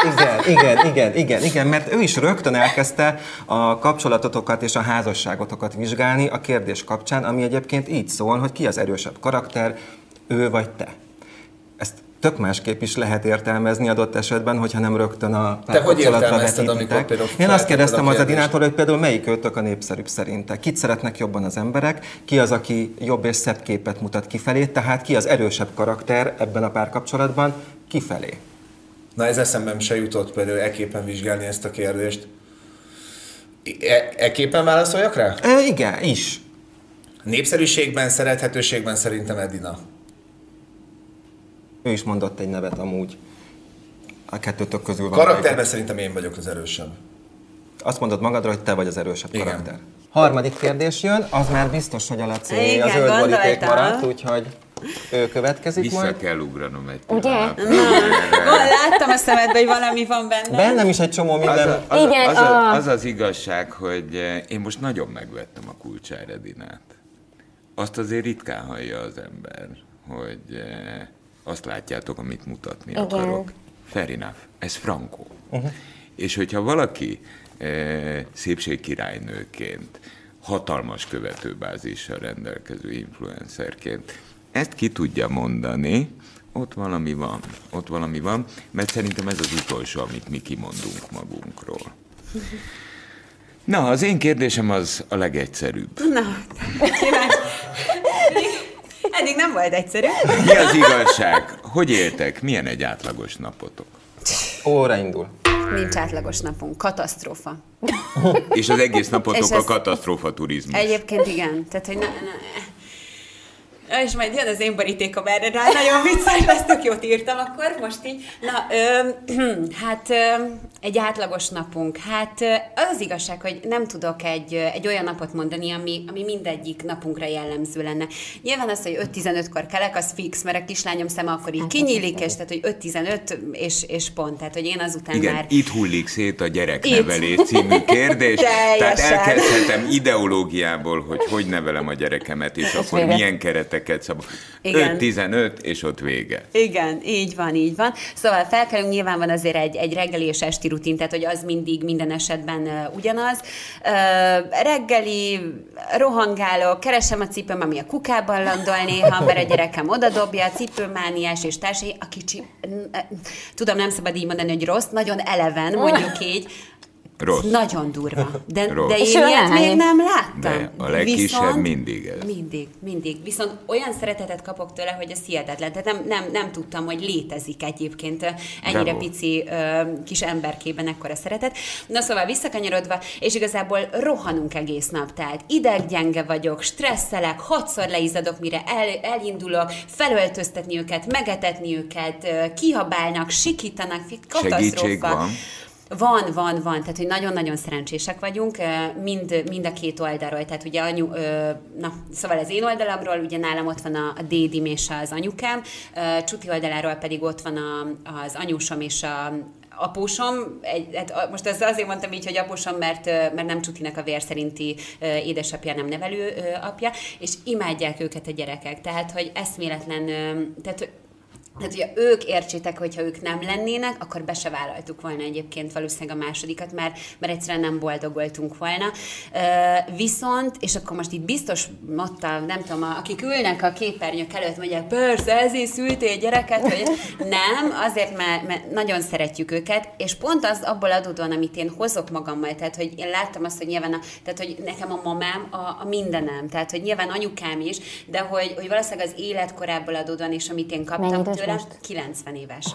kell. Igen, mert ő is rögtön elkezdte a kapcsolatotokat és a házasságotokat vizsgálni a kérdés kapcsán, ami egyébként így szól, hogy ki az erősebb karakter, ő vagy te. Ezt tök másképp is lehet értelmezni adott esetben, hogyha nem rögtön a párkapcsolatra vetítitek. Én azt kérdeztem az Edinától, hogy például melyik őtök a népszerűbb szerinte. Kit szeretnek jobban az emberek, ki az, aki jobb és szebb képet mutat kifelé, tehát ki az erősebb karakter ebben a párkapcsolatban kifelé. Na ez eszembe se jutott például ekképpen vizsgálni ezt a kérdést. Ekképpen válaszoljak rá? Igen, is. Népszerűségben, szerethetőségben szerintem Edina. Ő is mondott egy nevet amúgy. A kettőtök közül van. Karakterben szerintem én vagyok az erősebb. Azt mondod magadra, hogy te vagy az erősebb igen. karakter. Harmadik kérdés jön, az már biztos, hogy a Laci a zöld boríték maradt, úgyhogy ő következik Vissza majd. kell ugranom egy pillanat. Láttam a szemedbe, hogy valami van benne. Bennem is egy csomó minden. Az az igazság, hogy én most nagyon megvettem a Kulcsár Edinát. Azt azért ritkán hallja az ember, hogy azt látjátok, amit mutatni akarok. Fair enough. Ez frankó. És hogyha valaki szépségkirálynőként, hatalmas követőbázissal rendelkező influencerként ezt ki tudja mondani, ott valami van, mert szerintem ez az utolsó, amit mi kimondunk magunkról. Na, az én kérdésem az a legegyszerűbb. Na, kíváncsi. Eddig nem volt egyszerű. Mi az igazság? Hogy éltek? Milyen egy átlagos napotok? Óra indul. Nincs átlagos napunk. Katasztrófa. És az egész napotok a katasztrófa turizmus. Egyébként igen. Tehát, hogy és majd jön az én borítékom erre rá, nagyon vicces lesz, tök jót írtam akkor, most így. Na, egy átlagos napunk. Hát az igazság, hogy nem tudok egy olyan napot mondani, ami mindegyik napunkra jellemző lenne. Nyilván az, hogy 5-15-kor kelek, az fix, mert a kislányom szeme akkor így kinyílik, és tehát, hogy 5-15 és pont. Tehát, hogy én azután igen, már... itt hullik szét a gyereknevelés című kérdés. Tehát elkezdhetem ideológiából, hogy nevelem a gyerekemet, és akkor milyen keretek 5-15, és ott vége. Igen, így van. Szóval felkelünk, nyilván van azért egy reggeli és esti rutin, tehát hogy az mindig minden esetben ugyanaz. Reggeli, rohangálok, keresem a cipőm, ami a kukában landol néha, mert a gyerekem odadobja, cipőmániás és társai, a kicsi, tudom, nem szabad így mondani, hogy rossz, nagyon eleven, mondjuk így. Rossz. Nagyon durva. De én Sőt, ilyet még nem láttam. De a legkisebb mindig ez. Mindig. Viszont olyan szeretetet kapok tőle, hogy ez hihetetlen. Tehát nem tudtam, hogy létezik egyébként ennyire pici kis emberkében ekkora szeretet. Na szóval visszakanyarodva, és igazából rohanunk egész nap. Tehát ideggyenge vagyok, stresszelek, 6-szor leizzadok, mire elindulok, felöltöztetni őket, megetetni őket, kihabálnak, sikítanak, katasztrófa. Segítség van. Van. Tehát, hogy nagyon-nagyon szerencsések vagyunk, mind a két oldalról. Tehát ugye szóval az én oldalamról, ugye nálam ott van a dédim és az anyukám, Csuti oldaláról pedig ott van az anyósom és apósom, most azért mondtam így, hogy apósom, mert nem Csutinek a vér szerinti édesapja, nem nevelő apja, és imádják őket a gyerekek. Tehát, hogy eszméletlen, tehát ugye ők értsétek, hogyha ők nem lennének, akkor be se vállaltuk volna egyébként valószínűleg a másodikat, mert egyszerűen nem boldogoltunk volna. Viszont, és akkor most itt biztos nem tudom, akik ülnek a képernyők előtt, mondják, persze, ezért szültél gyereket, vagy nem, azért, mert nagyon szeretjük őket, és pont az abból adódóan, amit én hozok magammal, tehát, hogy én láttam azt, hogy nyilván, tehát, hogy nekem a mamám a mindenem, tehát, hogy nyilván anyukám is, de hogy valószínűleg az életkorából adódóan, és amit én kaptam tőle, 90 éves.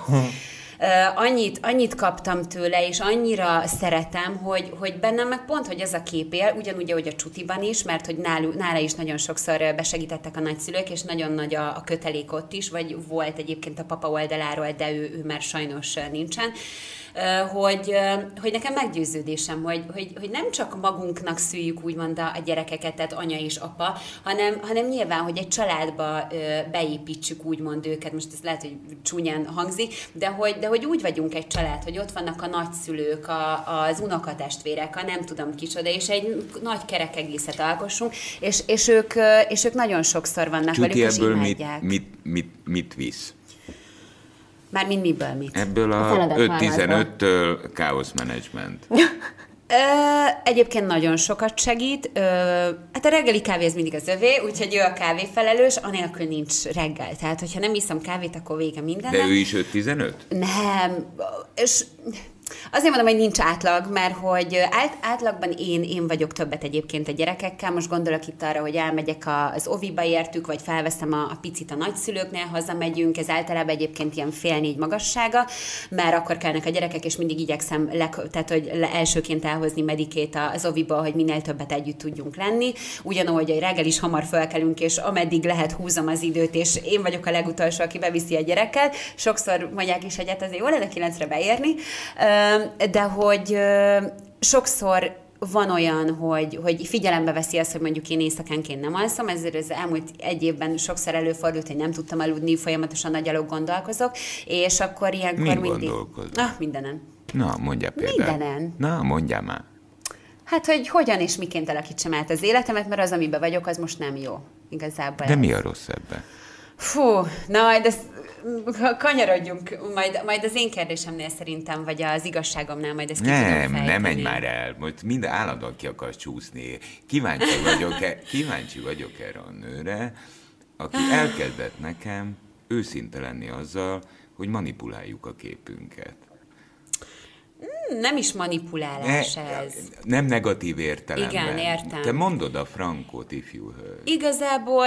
Annyit kaptam tőle, és annyira szeretem, hogy bennem meg pont, hogy ez a kép él, ugyanúgy, ahogy a Csutiban is, mert hogy nála is nagyon sokszor besegítettek a nagyszülők, és nagyon nagy a kötelék ott is, vagy volt egyébként a papa oldaláról, de ő már sajnos nincsen. hogy nekem meggyőződésem, hogy nem csak magunknak szüljük úgymond a gyerekeket, tehát anya és apa, hanem nyilván, hogy egy családba beépítsük úgymond őket, most ez lehet, hogy csúnyán hangzik, de hogy úgy vagyunk egy család, hogy ott vannak a nagyszülők, az unokatestvérek, a nem tudom kicsoda, és egy nagy kerek egészet alkossunk, és ők nagyon sokszor vannak Csuti, velük, és ebből imádják. mit visz? Mármint miből mit? Ebből a 5-15-től káosz menedzsment. Egyébként nagyon sokat segít. Hát a reggeli kávé az mindig az övé, úgyhogy ő a kávéfelelős, anélkül nincs reggel. Tehát, hogyha nem iszom kávét, akkor vége mindennek. De ő is 5-15? Nem. És azért mondom, hogy nincs átlag, mert hogy átlagban én vagyok többet egyébként a gyerekekkel. Most gondolok itt arra, hogy elmegyek az oviba értük, vagy felveszem a picit a nagyszülőknél, hazamegyünk. Ez általában egyébként ilyen 3:30 magassága, mert akkor kelnek a gyerekek, és mindig igyekszem tehát, hogy elsőként elhozni Medikét az oviba, hogy minél többet együtt tudjunk lenni. Ugyanúgy, hogy reggel is hamar felkelünk, és ameddig lehet húzom az időt, és én vagyok a legutolsó, aki beviszi a gyereket. Sokszor mondják is, hogy hát azért jó lenne 9-re beérni, de hogy sokszor van olyan, hogy figyelembe veszi azt, hogy mondjuk én éjszakánként nem alszom, ezért az elmúlt 1 évben sokszor előfordult, hogy nem tudtam aludni, folyamatosan nagy alól gondolkozok, és akkor ilyenkor Min mindig... gondolkozol? Mindenen. Na, mondjál például. Mindenen. Na, mondjál már. Hát, hogy hogyan és miként alakítsam át az életemet, mert az, amiben vagyok, az most nem jó. Igazából. De mi a rossz ebben? Fú, na, de kanyarodjunk, majd az én kérdésemnél szerintem, vagy az igazságomnál majd ezt ki tudom fejteni. Nem menj már el, most minden állandóan ki akarsz csúszni. Kíváncsi vagyok erre a nőre, aki elkezdett nekem őszinte lenni azzal, hogy manipuláljuk a képünket. Nem is manipulálás ez. Nem negatív értelemben. Igen, értem. Te mondod a frankót, ifjú hölgy. Igazából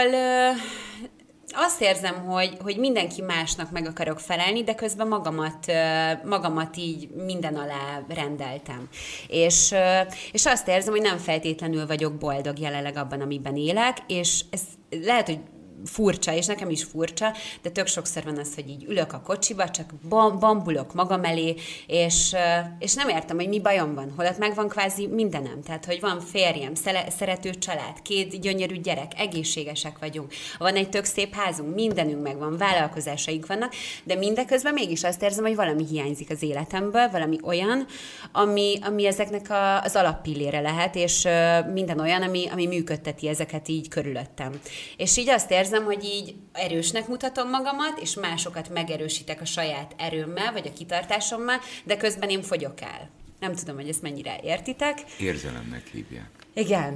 azt érzem, hogy mindenki másnak meg akarok felelni, de közben magamat így minden alá rendeltem. És azt érzem, hogy nem feltétlenül vagyok boldog jelenleg abban, amiben élek, és ez lehet, hogy furcsa, és nekem is furcsa, de tök sokszor van az, hogy így ülök a kocsiba, csak bambulok magam elé, és nem értem, hogy mi bajom van, holott megvan kvázi mindenem. Tehát, hogy van férjem, szerető család, 2 gyönyörű gyerek, egészségesek vagyunk, van egy tök szép házunk, mindenünk megvan, vállalkozásaink vannak, de mindeközben mégis azt érzem, hogy valami hiányzik az életemből, valami olyan, ami ezeknek az alappillére lehet, és minden olyan, ami működteti ezeket így körülöttem. És így azt érzem, hogy így erősnek mutatom magamat, és másokat megerősítek a saját erőmmel, vagy a kitartásommal, de közben én fogyok el. Nem tudom, hogy ezt mennyire értitek. Érzelemnek hívják. Igen,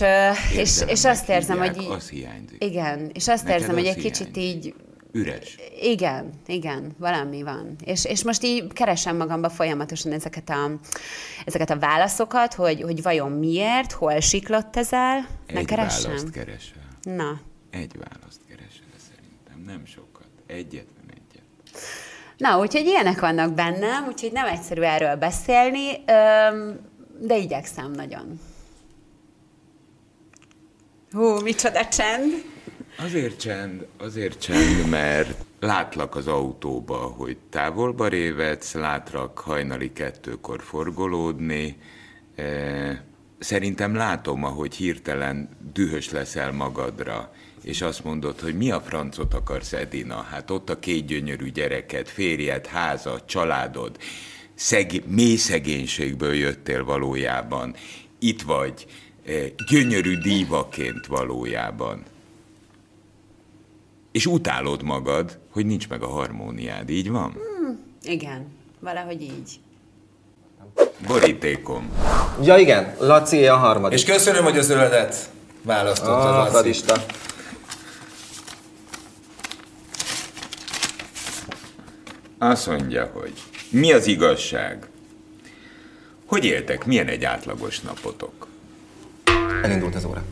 és azt érzem, hogy így... Az hiányzik. Igen, és azt Neked érzem, hogy egy hiányzik. kicsit így... Üres. Igen, valami van. És most így keresem magamba folyamatosan ezeket a válaszokat, hogy vajon miért, hol siklott ez el. Egy választ keresel. Na. Egy választ keresel szerintem, nem sokat. Egyetlen egyet. Na, úgyhogy ilyenek vannak bennem, úgyhogy nem egyszerű erről beszélni, de igyekszem nagyon. Hú, micsoda csend! Azért csend, mert látlak az autóba, hogy távolba révedsz, látlak hajnali 2-kor forgolódni. Szerintem látom, ahogy hirtelen dühös leszel magadra, és azt mondod, hogy mi a francot akarsz, Edina? Hát ott a 2 gyönyörű gyereket, férjed, házad, családod, mély szegénységből jöttél valójában. Itt vagy, gyönyörű dívaként valójában. És utálod magad, hogy nincs meg a harmóniád, így van? Igen, valahogy így. Borítékom. Ja igen, Laci a harmadik. És köszönöm, hogy a zöldet választottad, Laci. Radista. Azt mondja, hogy mi az igazság? Hogy éltek? Milyen egy átlagos napotok? Elindult az óra.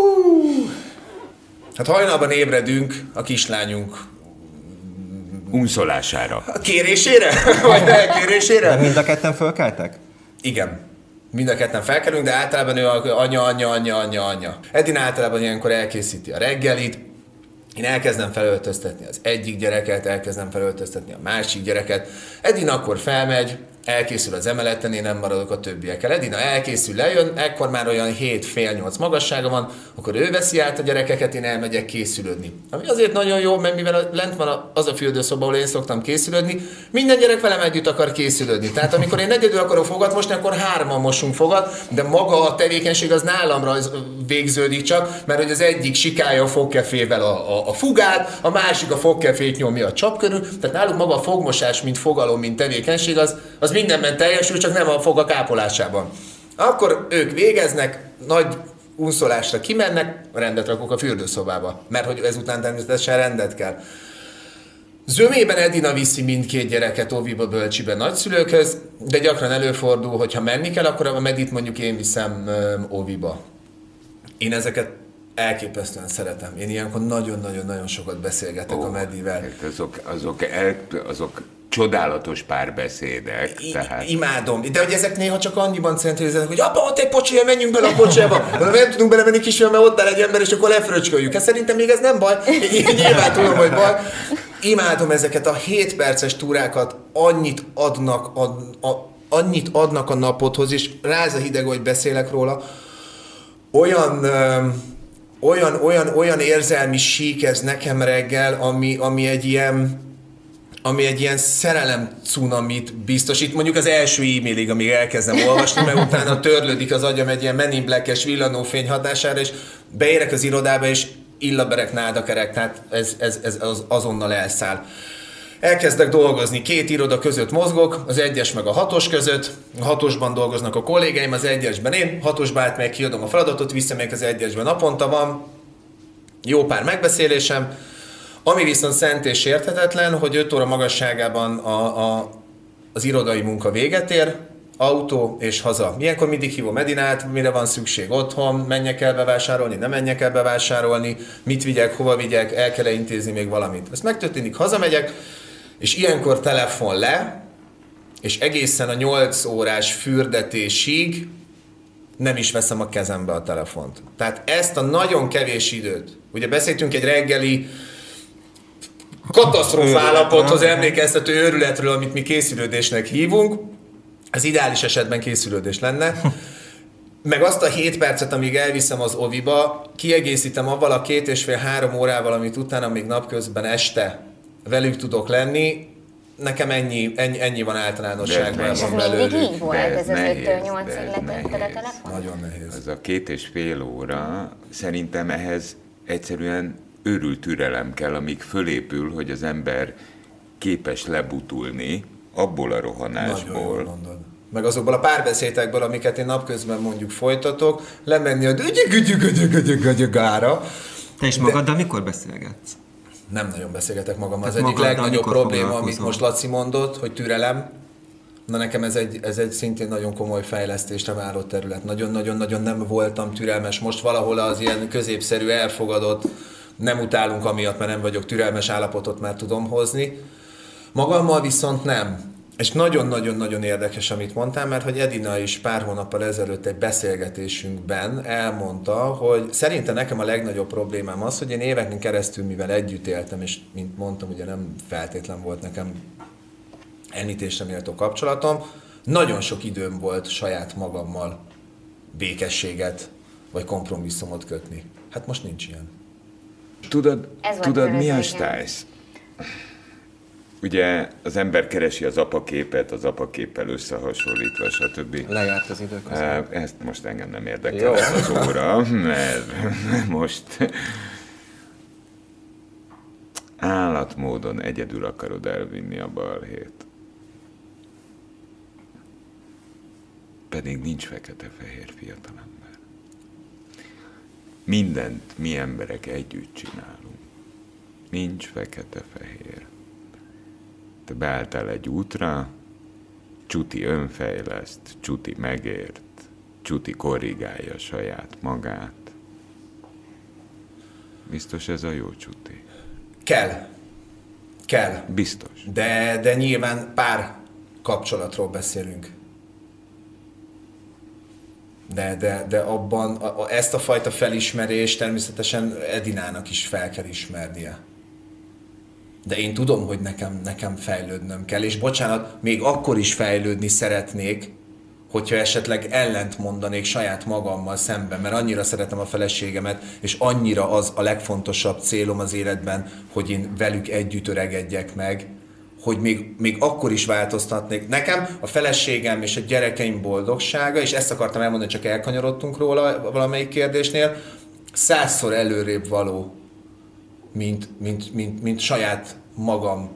Hát hajnalban ébredünk a kislányunk Unszolására. a kérésére? Vagy elkérésére? De mind a ketten fölkeltek? Igen. Mind a ketten felkelünk, de általában ő anya. Edina általában ilyenkor elkészíti a reggelit, én elkezdem felöltöztetni az egyik gyereket, elkezdem felöltöztetni a másik gyereket. Edina akkor felmegy, elkészül az emeleten, én nem maradok a többiekkel. Edina elkészül, lejön, ekkor már olyan 7-fél-8 magassága van, akkor ő veszi át a gyerekeket, én elmegyek készülődni. Ami azért nagyon jó, mert mivel lent van az a fürdőszoba, ahol én szoktam készülődni, minden gyerek velem együtt akar készülődni. Tehát amikor én egyedül akarok fogat mosni, akkor 3-an mosunk fogat, de maga a tevékenység az nálamra végződik csak, mert hogy az egyik sikálja a fogkefével a fugát, a másik a fogkefét nyomja a csap körül, tehát náluk maga a fogmosás, mint fogalom, mint tevékenység, az mindenben teljesül, csak nem a fogak ápolásában. Akkor ők végeznek, nagy unszolásra kimennek, rendet rakok a fürdőszobába, mert hogy ezután természetesen rendet kell. Zömében Edina viszi mindkét gyereket óviba, bölcsibe, nagyszülőkhöz, de gyakran előfordul, hogy ha menni kell, akkor a Medit mondjuk én viszem óviba. Én ezeket elképesztően szeretem. Én ilyenkor nagyon-nagyon-nagyon sokat beszélgetek a Medivel. Azok csodálatos párbeszédek. Tehát... Imádom. De hogy ezek néha csak annyiban centralizálnak, hogy apa, ott egy pocsolya, menjünk bele a pocsolyába. Nem tudunk belemenni kisfiam, mert ott áll egy ember, és akkor lefröcsköljük. Hát szerintem még ez nem baj. Én nyilván tudom, hogy baj. Imádom ezeket a 7 perces túrákat, annyit adnak a napodhoz, és ráz a hideg, hogy beszélek róla. Olyan érzelmi sík ez nekem reggel, ami egy ilyen szerelem cunamit biztosít, mondjuk az első e-mailig, amíg elkezdem olvasni, mert utána törlődik az agyam egy ilyen Men in Black-es villanófény hatására, és beérek az irodába, és illaberek, nádakerek, tehát ez azonnal elszáll. Elkezdek dolgozni, 2 iroda között mozgok, az 1-es meg a 6-os között, a 6-osban dolgoznak a kollégáim, az 1-esben én, 6-osba átmegyek, kiadom a feladatot, visszamegyek az 1-esben, naponta van jó pár megbeszélésem, ami viszont szent és érthetetlen, hogy 5 óra magasságában az irodai munka véget ér, autó és haza. Ilyenkor mindig hívom Edinát, mire van szükség otthon, menjek el bevásárolni, nem menjek el bevásárolni, mit vigyek, hova vigyek, el kell intézni még valamit. Ez megtörténik, hazamegyek, és ilyenkor telefon le, és egészen a 8 órás fürdetésig nem is veszem a kezembe a telefont. Tehát ezt a nagyon kevés időt, ugye beszéltünk egy reggeli katasztrofálapothoz emlékeztető őrületről, amit mi készülődésnek hívunk, az ideális esetben készülődés lenne, meg azt a 7 percet, amíg elviszem az oviba, kiegészítem avval a 2,5-3 órával, amit utána még napközben este velük tudok lenni, nekem ennyi van általánosságban. És ez mindig így volt? Ez az 5-8-ig letetted a telefon? Nagyon nehéz. Az a 2,5 óra, szerintem ehhez egyszerűen őrült türelem kell, amíg fölépül, hogy az ember képes lebutulni abból a rohanásból. Meg azokból a párbeszédekből, amiket én napközben mondjuk folytatok, lemenni a gára. Te is magaddal mikor beszélgetsz? Nem nagyon beszélgetek magammal. Az egyik legnagyobb probléma, amit most Laci mondott, hogy türelem. Na nekem ez egy szintén nagyon komoly fejlesztésre váró terület. Nagyon-nagyon nem voltam türelmes. Most valahol az ilyen középszerű, elfogadott, nem utálunk amiatt, mert nem vagyok türelmes állapotot már tudom hozni. Magammal viszont nem. És nagyon-nagyon-nagyon érdekes, amit mondtál, mert hogy Edina is pár hónappal ezelőtt egy beszélgetésünkben elmondta, hogy szerintem nekem a legnagyobb problémám az, hogy én éveken keresztül, mivel együtt éltem, és mint mondtam, ugye nem feltétlen volt nekem említésre méltó kapcsolatom, nagyon sok időm volt saját magammal békességet vagy kompromisszumot kötni. Hát most nincs ilyen. Tudod mi a stájsz? Ugye az ember keresi az apaképet, az apaképpel összehasonlítva, stb. Lejárt az idők között. Ezt most engem nem érdekel az óra, mert most állatmódon egyedül akarod elvinni a balhét. Pedig nincs fekete-fehér fiatalember. Mindent mi emberek együtt csinálunk. Nincs fekete-fehér. Te beálltál egy útra, Csuti önfejleszt, Csuti megért, Csuti korrigálja saját magát. Biztos ez a jó Csuti? Kell. Biztos. De nyilván pár kapcsolatról beszélünk. De abban ezt a fajta felismerést természetesen Edinának is fel kell ismernie. de én tudom, hogy nekem fejlődnöm kell, és bocsánat, még akkor is fejlődni szeretnék, hogyha esetleg ellent mondanék saját magammal szemben, mert annyira szeretem a feleségemet, és annyira az a legfontosabb célom az életben, hogy én velük együtt öregedjek meg, hogy még akkor is változtatnék. Nekem a feleségem és a gyerekeim boldogsága, és ezt akartam elmondani, csak elkanyarodtunk róla valamelyik kérdésnél, 100-szor előrébb való, mint saját magam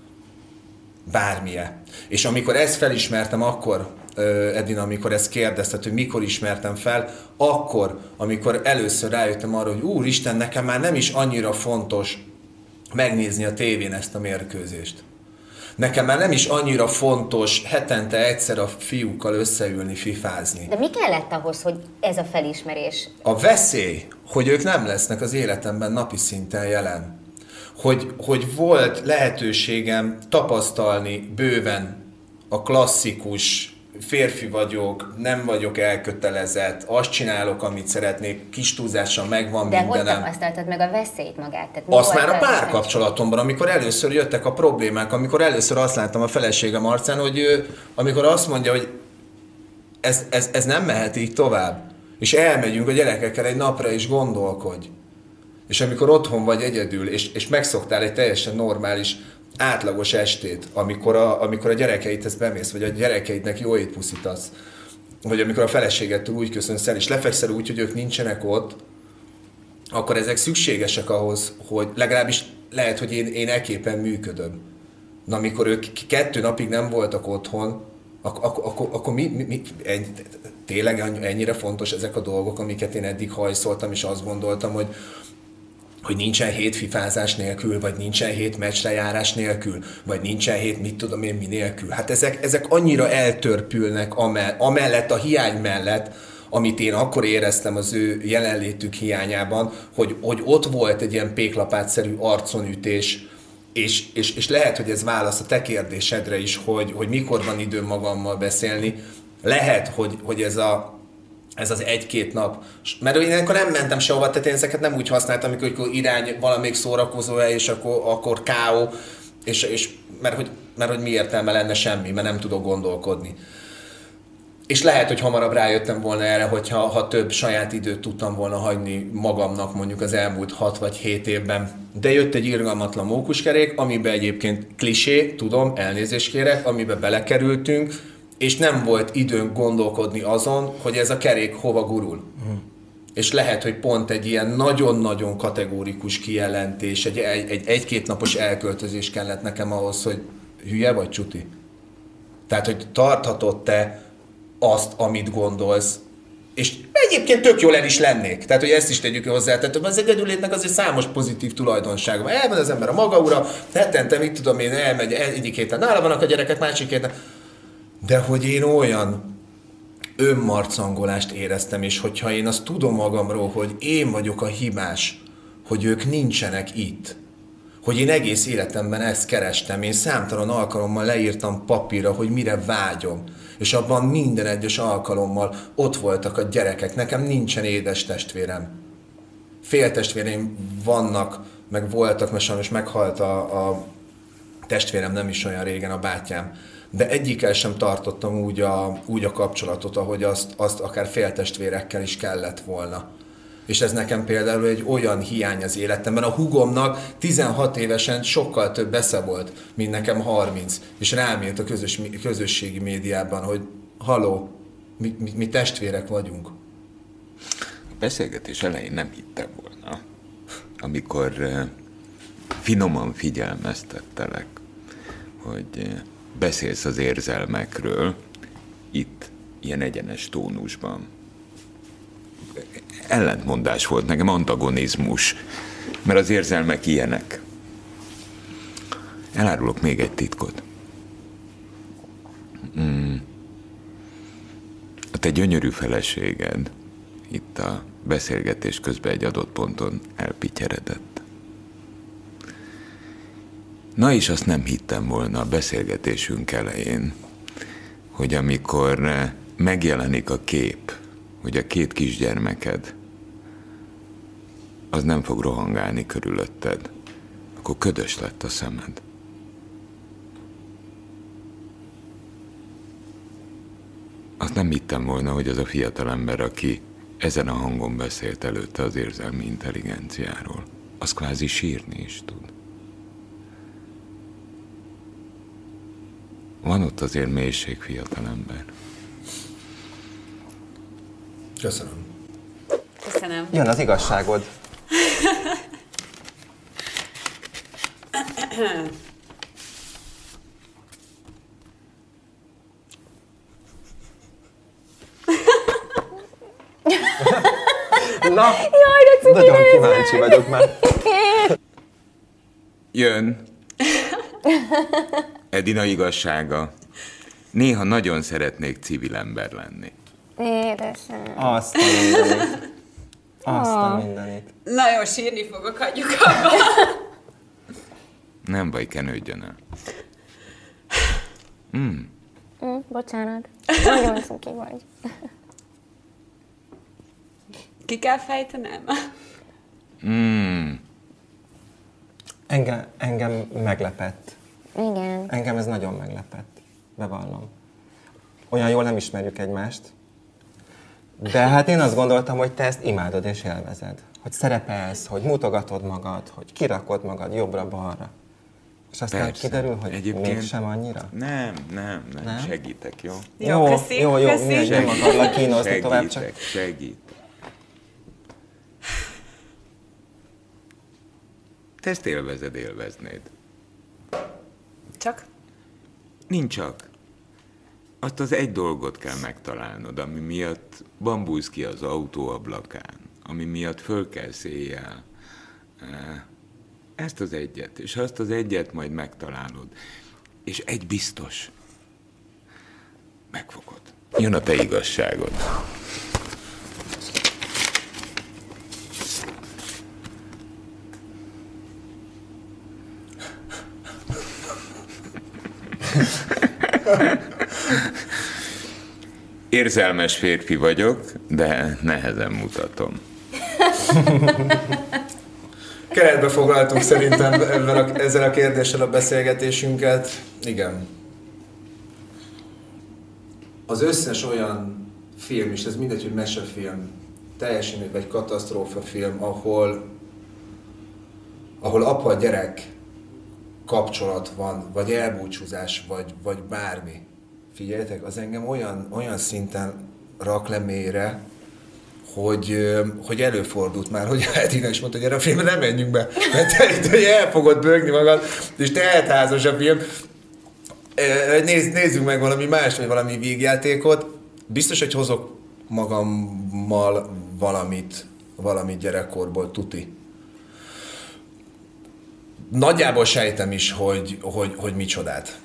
bármilyen. És amikor ezt felismertem, akkor, Edina, amikor ezt kérdezted, hogy mikor ismertem fel, akkor, amikor először rájöttem arra, hogy úristen, nekem már nem is annyira fontos megnézni a tévén ezt a mérkőzést. Nekem már nem is annyira fontos hetente egyszer a fiúkkal összeülni, fifázni. De mi kellett ahhoz, hogy ez a felismerés? A veszély, hogy ők nem lesznek az életemben napi szinten jelen. Hogy volt lehetőségem tapasztalni bőven a klasszikus férfi vagyok, nem vagyok elkötelezett, azt csinálok, amit szeretnék, kis túlzással megvan mindenem. De hogy tapasztaltad meg a veszélyt magát? Tehát azt már a párkapcsolatomban, amikor először jöttek a problémák, amikor először azt láttam a feleségem arcán, hogy ő, amikor azt mondja, hogy ez nem mehet így tovább, és elmegyünk a gyerekekkel egy napra, és gondolkodj. És amikor otthon vagy egyedül, és megszoktál egy teljesen normális, átlagos estét, amikor a gyerekeidhez bemész, vagy a gyerekeidnek jó étpuszítasz, vagy amikor a feleségettől úgy köszönsz el, és lefekszel úgy, hogy ők nincsenek ott, akkor ezek szükségesek ahhoz, hogy legalábbis lehet, hogy én ekképpen működöm. Na, amikor ők 2 napig nem voltak otthon, akkor tényleg ennyire fontos ezek a dolgok, amiket én eddig hajszoltam, és azt gondoltam, hogy nincsen hét fifázás nélkül, vagy nincsen hét meccslejárás nélkül, vagy nincsen hét mit tudom én mi nélkül. Hát ezek annyira eltörpülnek amellett a hiány mellett, amit én akkor éreztem az ő jelenlétük hiányában, hogy ott volt egy ilyen péklapátszerű arconütés, és lehet, hogy ez válasz a te kérdésedre is, hogy mikor van időm magammal beszélni. Lehet, hogy ez az 1-2 nap. Mert én akkor nem mentem sehova, tehát én ezeket nem úgy használtam, amikor irány valamelyik szórakozóhely, és akkor K.O. Mert hogy mi értelme lenne semmi, mert nem tudok gondolkodni. És lehet, hogy hamarabb rájöttem volna erre, hogyha több saját időt tudtam volna hagyni magamnak mondjuk az elmúlt 6 vagy 7 évben. De jött egy irgalmatlan mókuskerék, amiben egyébként klisé, tudom, elnézést kérek, amiben belekerültünk, és nem volt időnk gondolkodni azon, hogy ez a kerék hova gurul. És lehet, hogy pont egy ilyen nagyon-nagyon kategórikus kijelentés, egy 1-2 napos elköltözés kellett nekem ahhoz, hogy hülye vagy, Csuti? Tehát, hogy tarthatod te azt, amit gondolsz, és egyébként tök jól el is lennék. Tehát, hogy ezt is tegyük hozzá. Tehát az egyedülétnek azért számos pozitív tulajdonsága van. Elmegy az ember a maga ura, hetente, mit tudom én, elmegy egyik héten nála vannak a gyerekek, másik héten. De hogy én olyan önmarcangolást éreztem, és hogyha én azt tudom magamról, hogy én vagyok a hibás, hogy ők nincsenek itt, hogy én egész életemben ezt kerestem, én számtalan alkalommal leírtam papírra, hogy mire vágyom, és abban minden egyes alkalommal ott voltak a gyerekek. Nekem nincsen édes testvérem. Féltestvéreim vannak, meg voltak, mert sajnos meghalt a testvérem nem is olyan régen, a bátyám. De egyikkel sem tartottam úgy a kapcsolatot, ahogy azt akár féltestvérekkel is kellett volna. És ez nekem például egy olyan hiány az életemben. A húgomnak 16 évesen sokkal több esze volt, mint nekem 30. És rám írt a közösségi médiában, hogy haló, mi testvérek vagyunk. A beszélgetés elején nem hittem volna, amikor finoman figyelmeztettelek, hogy beszélsz az érzelmekről itt ilyen egyenes tónusban. Ellentmondás volt nekem, antagonizmus, mert az érzelmek ilyenek. Elárulok még egy titkot. A te gyönyörű feleséged itt a beszélgetés közben egy adott ponton elpityeredett. Na és azt nem hittem volna a beszélgetésünk elején, hogy amikor megjelenik a kép, hogy a 2 kisgyermeked az nem fog rohangálni körülötted, akkor akkor ködös lett a szemed. Azt nem hittem volna, hogy az a fiatalember, aki ezen a hangon beszélt előtte az érzelmi intelligenciáról, az kvázi sírni is tud. Van ott azért mélység, fiatalember. Köszönöm. Köszönöm. Jön az igazságod. Na, Jaj, de nagyon kíváncsi vagyok már. Jön. Edina igazsága. Néha nagyon szeretnék civil ember lenni. Édesem. Azt a mindenit. Azt a mindenit. Na jó, sírni fogok, hagyjuk abba. Nem baj, kenődjön el. Bocsánat. Nagyon cuki vagy. Ki kell fejtenem? Engem meglepett. Igen. Engem ez nagyon meglepett. Bevallom. Olyan jól nem ismerjük egymást. De hát én azt gondoltam, hogy te ezt imádod és élvezed. Hogy szerepelsz, hogy mutogatod magad, hogy kirakod magad jobbra-balra. És aztán Persze. kiderül, hogy Egyébként mégsem annyira. Nem. Segítek, jó? Jó, köszi, jó, köszi. mindegy, nem akarlak kínozni tovább, csak... Segítek. Te ezt élveznéd. Csak? Nincs csak. Azt az egy dolgot kell megtalálnod, ami miatt bambulsz ki az autó ablakán, ami miatt fölkelsz éjjel. Ezt az egyet, és azt az egyet majd megtalálod. És egy biztos. Megfogod. Jön a te igazságod. Érzelmes férfi vagyok, de nehezen mutatom. Keretbe foglaltuk szerintem ezzel a kérdéssel a beszélgetésünket. Igen. Az összes olyan film, és ez mindegy, hogy mesefilm, teljesen egy katasztrófafilm, ahol apa-gyerek kapcsolat van, vagy elbúcsúzás, vagy bármi. Figyeljetek, az engem olyan szinten rak le mélyre, hogy előfordult már, hogy Edina is mondta, hogy erre a filmre nem menjünk be, mert te el fogod bőgni magad, és teltházas a film. Nézzünk meg valami más, vagy valami vígjátékot. Biztos, hogy hozok magammal valamit gyerekkorból, tuti. Nagyjából sejtem is, hogy micsodát.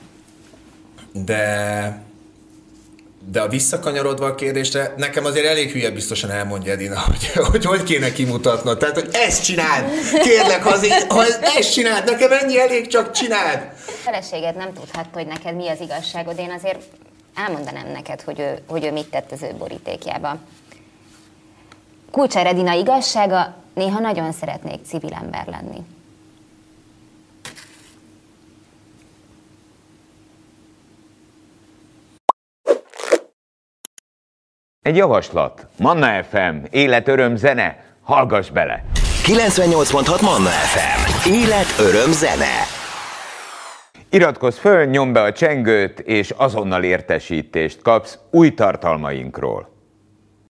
De a visszakanyarodva a kérdésre, nekem azért elég hülye biztosan elmondja Edina, hogy kéne kimutatnod. Tehát, hogy ezt csináld! Kérlek, ha ezt csináld, nekem ennyi elég, csak csináld! A feleséged nem tudhatta, hogy neked mi az igazságod. Én azért elmondanám neked, hogy ő mit tett az ő borítékjába. Kulcsár Edina igazsága, néha nagyon szeretnék civil ember lenni. Egy javaslat. Manna FM, élet, öröm, zene. Hallgass bele! 98.6 Manna FM. Élet, öröm, zene. Iratkozz föl, nyomd be a csengőt, és azonnal értesítést kapsz új tartalmainkról.